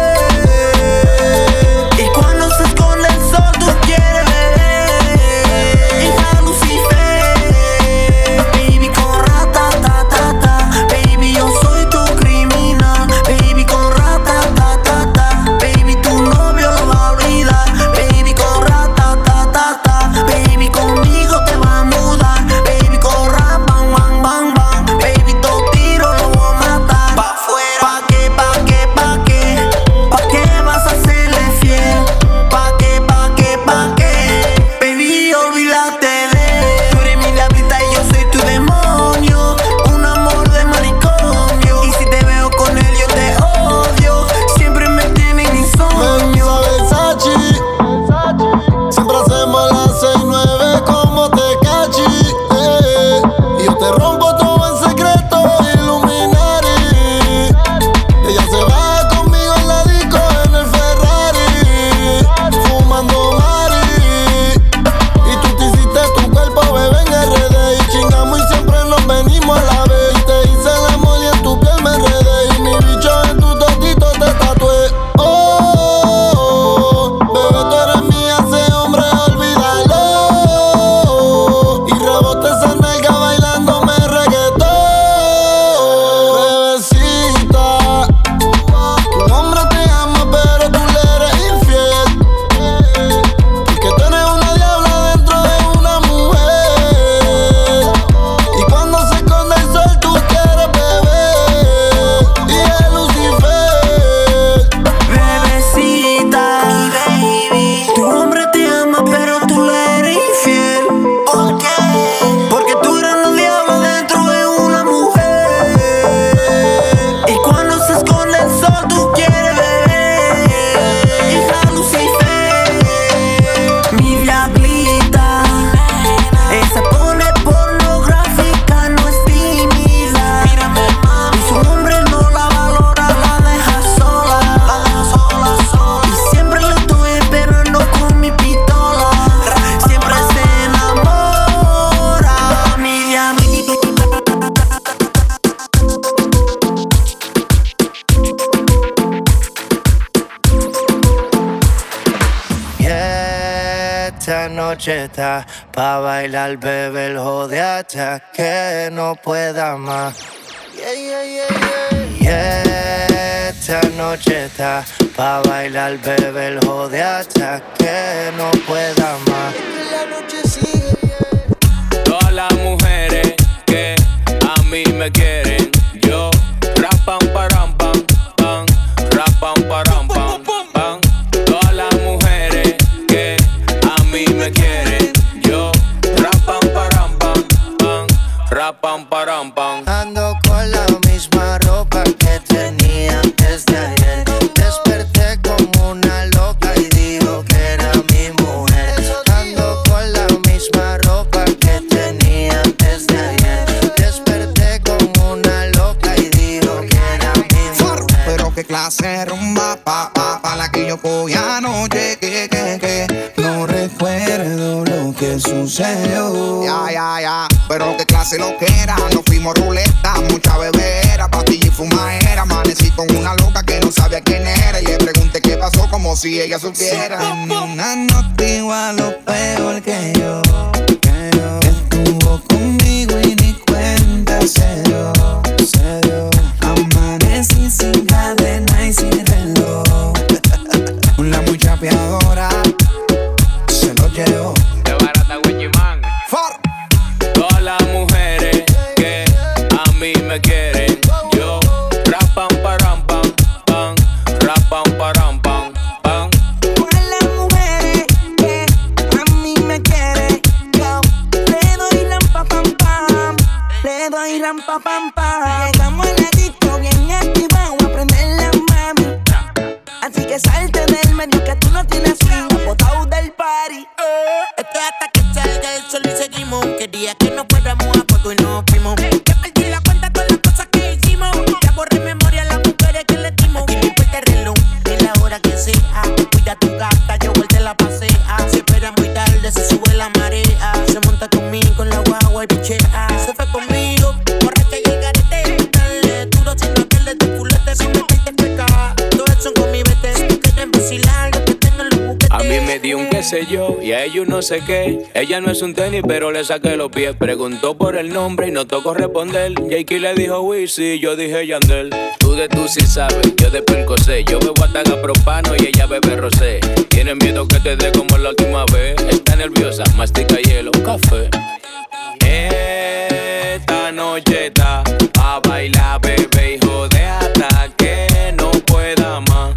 mujer. Y cuando se esconde el sol tú quieres beber. Y es Lucifer. Baby, con rata, baby, yo soy tu criminal. Baby, con rata, baby, tu novio lo va a olvidar. Baby, con rata, baby, conmigo te va a mudar. Baby, con rap, bang, bang, bang, bang. Baby, todo tiro lo voy a matar. Pa' fuera. ¿Pa' qué? ¿Pa' qué vas a serle fiel? ¿Pa' qué? Baby, olvídate de. Tú eres mi diablita y yo soy tu demonio. Un amor de manicomio. Y si te veo con él yo te odio. Siempre me tienen insomnio. Versace, siempre hacemos las 6-9 como Tecachi. Y yo te rompo todo en secreto, Illuminati. Ella se va conmigo en la disco en el Ferrari, fumando mari. Y tú te hiciste tu cuerpo, bebé, en RD. Y chingamos y siempre nos venimos a la vez. Y te hice el amor y en tu piel me enredé. Y mi bicho en tu totito te tatué. Oh, bebé, tú eres mía, ese hombre, olvídalo. Y rebote esa nalga bailándome reggaetón. Bebecita, tu hombre te ama pero tú le eres infiel. Porque tú eres una diabla dentro de una mujer. Y cuando se esconde el sol tú quieres beber. Y es Lucifer. Bebecita, baby, tu hombre te ama pero tú le eres infiel. ¿Por qué? Porque tú eres una diabla dentro de una mujer. Y cuando se esconde el sol tú quieres beber. Hija Lucifer, mi diablita, esa pone pornográfica, no es tímida. Y su hombre no la valora, la deja sola. Y siempre le estoy esperando con mi pistola. Siempre se enamora, mi diablita. Y esta noche está pa' bailar, bebé, el jode hasta que no pueda más. Y esta noche está pa' bailar, bebé, el jode hasta que no pueda más. Todas las mujeres que a mí me quieren, yo rapam param pam pam, rapam param pam pam. Todas las mujeres que a mí me quieren, yo rapam param pam pam, rapam param pam. Ando con la misma ropa que tenía antes de ayer. Desperté como una loca y dijo que era mi mujer. Ando con la misma ropa que tenía antes de ayer. Desperté como una loca y dijo que era mi mujer. Pero qué clase de rumba pa' la que yo cogí anoche, que no recuerdo lo que sucedió. Ya, pero qué clase clase lo que era. Nos fuimos ruleta, mucha bebera, pastilla y fumadera. Amanecí con una loca que no sabía quién era y le pregunté qué pasó como si ella supiera. Una nota igual o peor que yo, estuvo conmigo y ni cuenta se dio. Amanecí sin cadena y sin reloj. Una muy chapeadora se lo llevó. De barata Wichiman. Todas las mujeres que a mí me quieren, yo rapam param pam pam, rapam param pam pam. Todas las mujeres que a mí me quieren, yo le doy rampa pam pam, le doy rampa pam pam. Llegamos a la disco bien activado a prender la mami, así que salte del medio que tú no tienes swing, botado del party. Esto es hasta que salga el sol y seguimos. Quería que nos fuéramos a fuego y nos fuimos. Que perdí la cuenta con las cosas que hicimos. Ya borré memoria a las mujeres que le dimos. Y no importa el reloj, ni la hora que sea. Cuida tu gata, yo vuelta la pasea. Si espera muy tarde, se sube la marea. Se monta conmigo en la guagua y pichea. Se fue conmigo, borracha y el garete. Dale duro sin meterle tu culete. Sin meterte peca. Todos son con mi vete. Si tú quieres vacilar, yo te tengo los juguetes. A mí me dio un qué sé yo y a ellos no sé qué. Ella no es un tenis pero le saqué los pies. Preguntó por el nombre y no tocó responder. Jakey le dijo Wizzy, yo dije Yandel. Tú de tú sí sabes, yo de Percocé. Yo bebo ataga propano y ella bebe rosé. Tienes miedo que te dé como la última vez. Está nerviosa, mastica hielo, café. Esta noche está a bailar, bebé, hijo de hasta que no pueda más.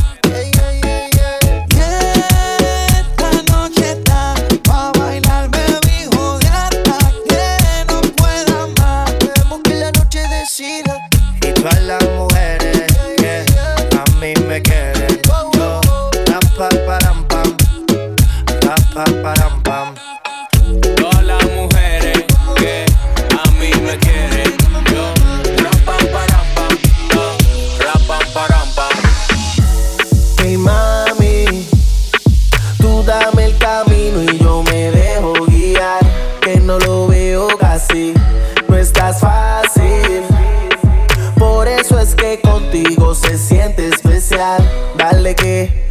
Y todas las mujeres que a mí me quieren, yo rapa param pam, rapa param pam. Todas las mujeres que a mí me quieren, yo rapa param pam, rapa param pam. Hey mami, tú dame el camino y yo me dejo guiar, que no lo veo casi, no estás fácil. Por eso es que contigo se siente especial. Dale que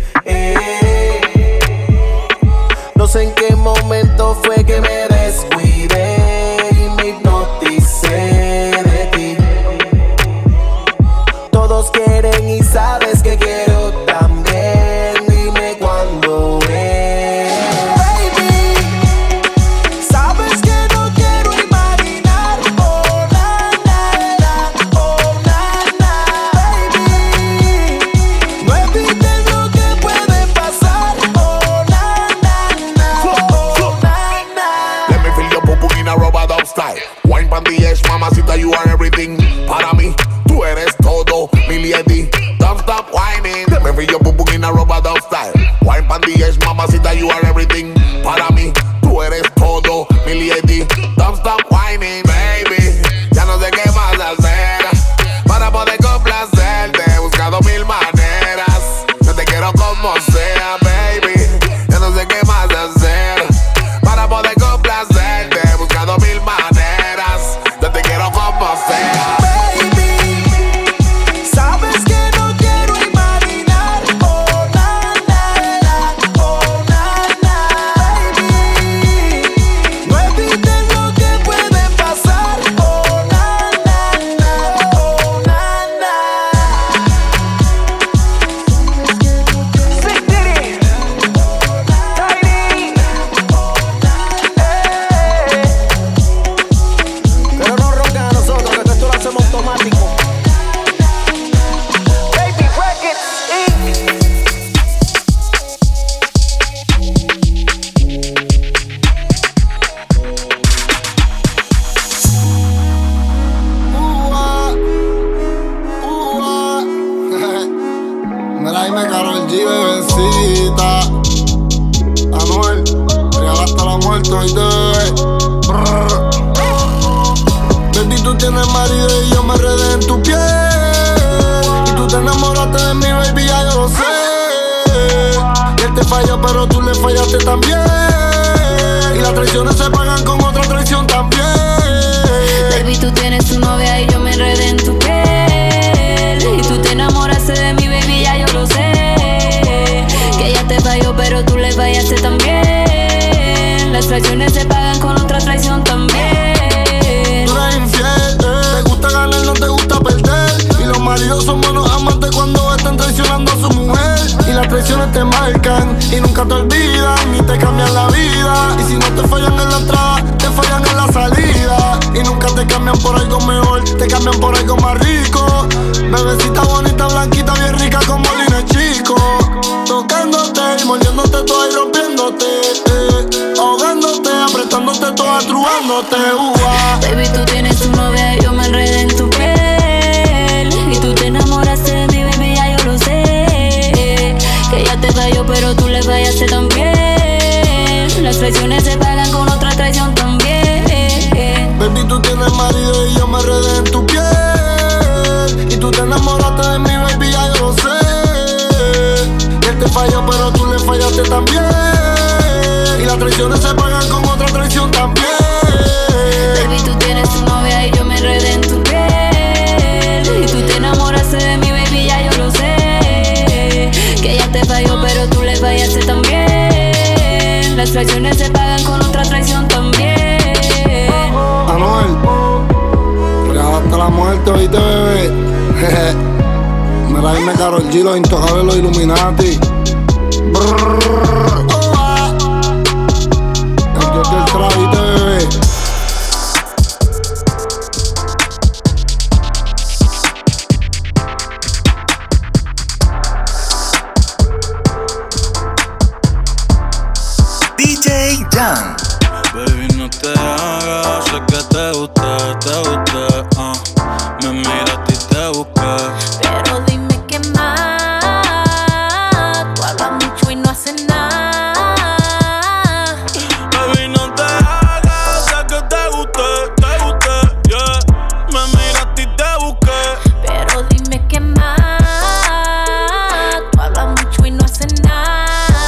no sé en qué momento fue que me descuidé y me hipnoticé de ti. Todos quieren y sabes que quiero también. Dime cuándo es. Baby, sabes que no quiero imaginar. Oh, na, na, na. Oh, na, na. Baby, no evites lo que puede pasar. Oh, na, na, na. Oh, na, na. Let me feel your poo in a rubber dub style. Wine pan the edge, mamacita, you are everything. Para mí, tú eres todo, mi lady. Don't stop whining. Let me feel your poo in a rubber dub style. Wine pan the edge, mamacita, you are everything. Para mí, tú eres todo, mi lady. Don't stop whining, baby. Ya no sé qué más hacer para poder complacerte. He buscado mil maneras. Yo te quiero como sea, baby. Ya no sé qué más hacer para poder complacerte. He buscado mil maneras. Yo te quiero como sea. Sabes que no quiero imaginar. Oh, na, na, na. Oh, na, na. Baby, no evites lo que puede pasar. Oh, na, na, na. Oh, na, na. Slick Diddy, Tiny, pero no ronquen a nosotros, que esto lo hacemos automático. Baby Records, Mira, ahí me Karol G, bebecita. Anuel, real hasta la muerte, oíste. Baby, tú tienes marido y yo me enredé en tu piel. Y tú te enamoraste de mí, baby, ya yo lo sé. Y él te falló, pero tú le fallaste también. Y las traiciones se pagan con otra traición también. Baby, tú tienes tu novia y yo me enredé en tu piel. Y tú te enamoraste de mi baby, ya yo lo sé. Que ella te falló, pero tú le fallaste también. Las traiciones se pagan con otra traición también. Tú eres infiel, te gusta ganar, no te gusta perder. Y los maridos son buenos amantes cuando están traicionando a su mujer. Y las traiciones te marcan y nunca te olvidan, ni te cambian la vida. Y si no te fallan en la entrada, te fallan en la salida. Y nunca te cambian por algo mejor, te cambian por algo más rico. Bebecita bonita, blanquita, bien rica como Lina Chico. Tocándote y mordiéndote toda y rompiéndote, ahogándote, apretándote toda, trubándote, Baby, tú tienes tu novia y yo me enredé en tu piel. Y tú te enamoraste de mi baby, ya yo lo sé. Que ella te falló, pero tú le fallaste también. Las traiciones se pagan con otra traición también. Baby, tú tienes marido y yo me enredé en tu piel. Y tú te enamoraste de mi baby, ya yo lo sé. Que te falló, pero tú le fallaste también. Y las traiciones se pagan con otra traición también. Baby, tú tienes tu novia y yo me enredé en tu piel. Y tú te enamoraste de mi baby, ya yo lo sé. Que ella te falló, pero tú le fallaste también. Las traiciones se pagan con otra traición también. Anuel, regala hasta la muerte, oíste, bebé. Mira, dime Karol G, los intocables, los Illuminati. El dios del trap, oíste, bebé. DJ Jan. Baby, no te hagas, sé que te gusta, me miraste y te busqué. Pero dime qué más. Tú hablas mucho y no haces nada. Baby, no te hagas, sé que te gusta, yeah. Me miraste y te busqué. Pero dime qué más. Tú hablas mucho y no haces nada.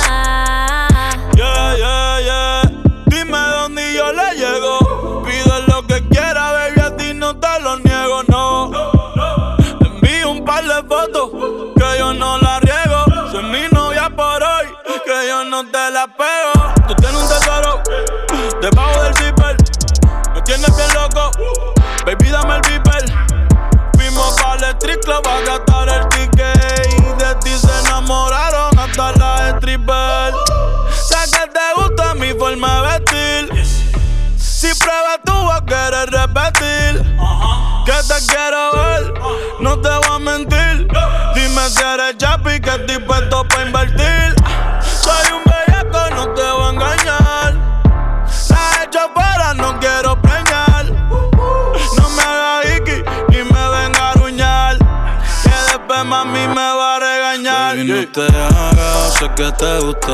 Yeah. Dime dónde y yo le llego. Pide lo que quiera, baby, a ti no te lo niego, no. Te envío un par de fotos que yo no la riego. Soy mi novia por hoy, que yo no te la pego. Tú tienes un tesoro debajo del zipper. Me tienes bien loco, baby, dame el beeper. Fuimos para el street club a gastar el ticket. Y de ti se enamoraron hasta las strippers. Sé que te gusta mi forma de vestir. Si pruebas tú vas a querer repetir. Que te quiero ver, no te voy a mentir. Dime si eres chapi, que estoy puesto pa' invertir. Soy un bellaco, no te voy a engañar. La he hecho fuera, no quiero preñar. No me hagas hiki, ni me venga a aruñar. Que después mami me va a regañar. Baby, no te hagas, sé que te gusta,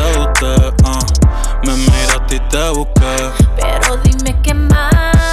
me miraste y te busqué. Pero dime qué más.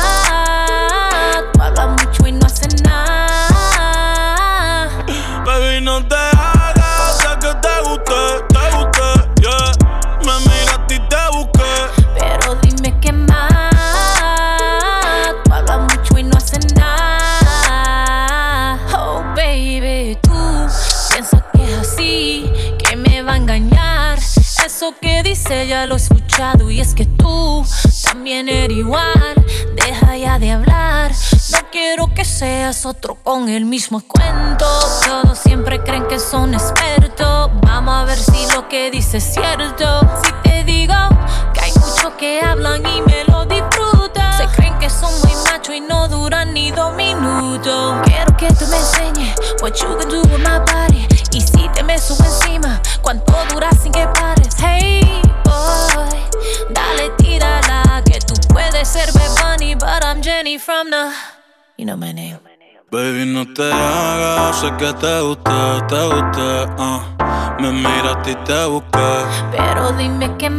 Tú hablas mucho y no haces nada. Baby, no te hagas, sé que te gusta, yeah. Me miraste y te busqué. Pero dime qué más. Tú hablas mucho y no haces nada. Oh, baby, tú piensas que es así, que me va a engañar. Eso que dice ya lo he escuchado. Y es que tú también eres igual. Deja ya de hablar. No quiero que seas otro con el mismo cuento. Todos siempre creen que son expertos. Vamos a ver si lo que dices es cierto. Si te digo que hay muchos que hablan y me lo disfrutan. Se creen que son muy machos y no duran ni 2 minutos. Quiero que tú me enseñes what you can do with my body. Y si te me subo encima, ¿cuánto duras sin que pares? Hey boy, dale, tírala, que tú puedes ser Bad Bunny, but I'm Jenny from the... You know my name. Baby, no te hagas, sé que te gusta, me miraste y te busqué. Pero dime qué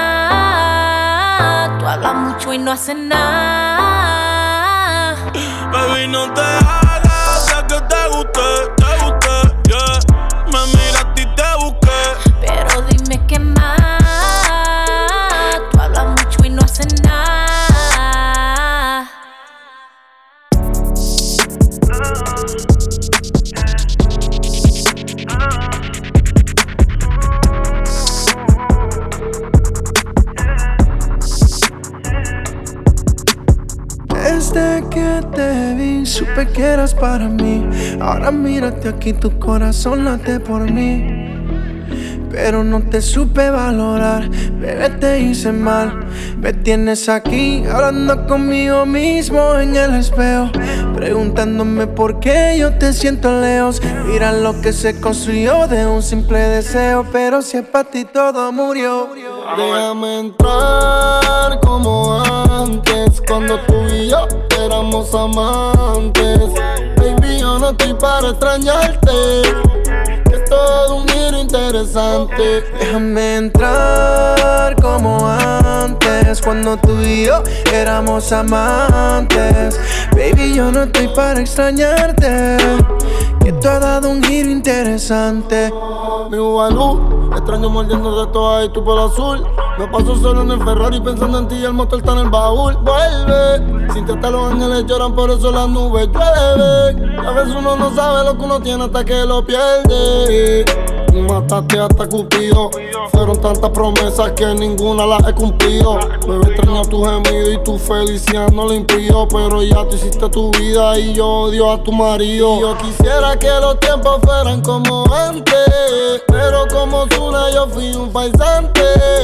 más. Tú hablas mucho y no haces nada. Baby, no te hagas, sé que te gusta, yeah. Me miraste y te busqué. Pero dime qué más. Tú hablas mucho y no haces nada. Desde que te vi, supe que eras para mí. Ahora mírate aquí, tu corazón late por mí. Pero no te supe valorar, bebé, te hice mal. Me tienes aquí, hablando conmigo mismo en el espejo, preguntándome por qué yo te siento lejos. Mira lo que se construyó de un simple deseo, pero si es para ti todo murió. Déjame entrar como antes, cuando tú y yo éramos amantes. Baby, yo no estoy para extrañarte, que es todo un giro interesante. Déjame entrar como antes, cuando tú y yo éramos amantes. Baby, yo no estoy para extrañarte, que tú has dado un giro interesante. Mi Ubalú, extraño mordiendo de todas y tu pelo azul. Me paso solo en el Ferrari pensando en ti y el motor está en el baúl. Vuelve, sin que los ángeles lloran, por eso las nubes llueven. A veces uno no sabe lo que uno tiene hasta que lo pierde. Tú mataste hasta Cupido, fueron tantas promesas que ninguna las he cumplido. Me extraño tu gemido y tu felicidad no lo impidió, pero ya tú hiciste tu vida y yo odio a tu marido. Y yo quisiera que los tiempos fueran como antes, pero como Zuna yo fui un paisante,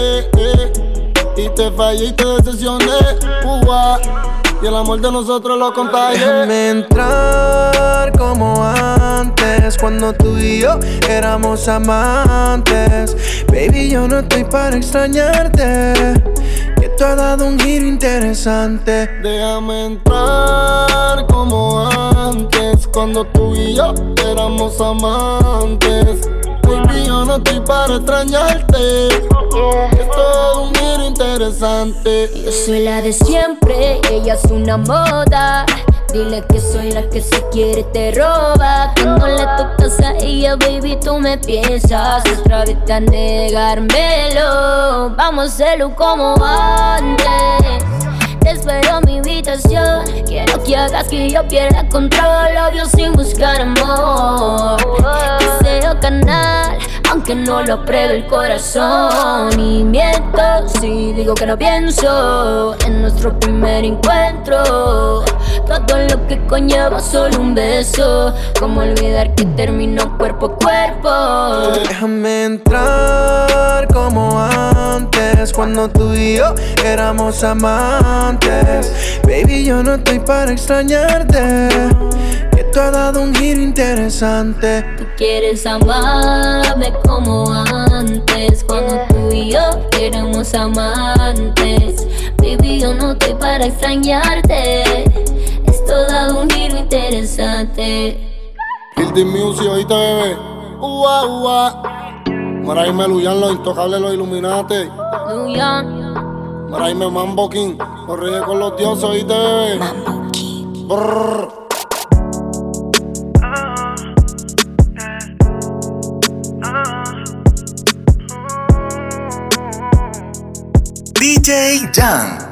y te fallé y te decepcioné, y el amor de nosotros lo contagié. Déjame entrar como antes, cuando tú y yo éramos amantes. Baby, yo no estoy para extrañarte, que tú has dado un giro interesante. Déjame entrar como antes, cuando tú y yo éramos amantes. Baby, yo no estoy para extrañarte, es todo un giro interesante. Yo soy la de siempre, ella es una moda. Dile que soy la que si quiere te roba. Cuando le tocas a ella, baby, tú me piensas otra vez a negármelo. Vamos a hacerlo como antes. Te espero en mi habitación. Quiero que hagas que yo pierda control, obvio sin buscar amor. Que sea canal, aunque no lo apruebe el corazón. Y miento si digo que no pienso en nuestro primer encuentro. Todo lo que conlleva solo un beso. Como olvidar que terminó cuerpo a cuerpo. Déjame entrar como antes, cuando tú y yo éramos amantes. Baby, yo no estoy para extrañarte, que tú has dado un giro interesante. Tú quieres amarme como antes, cuando tú y yo éramos amantes. Baby, yo no estoy para extrañarte, esto ha dado un giro interesante. Guilty Music, oíste, bebé. Maraime Luyan, los intocables, los Illuminati. Luyan. Maraime Mambo King, los reyes con los dioses, oíste, bebé. Mambo King. Brrr. DJ Jan.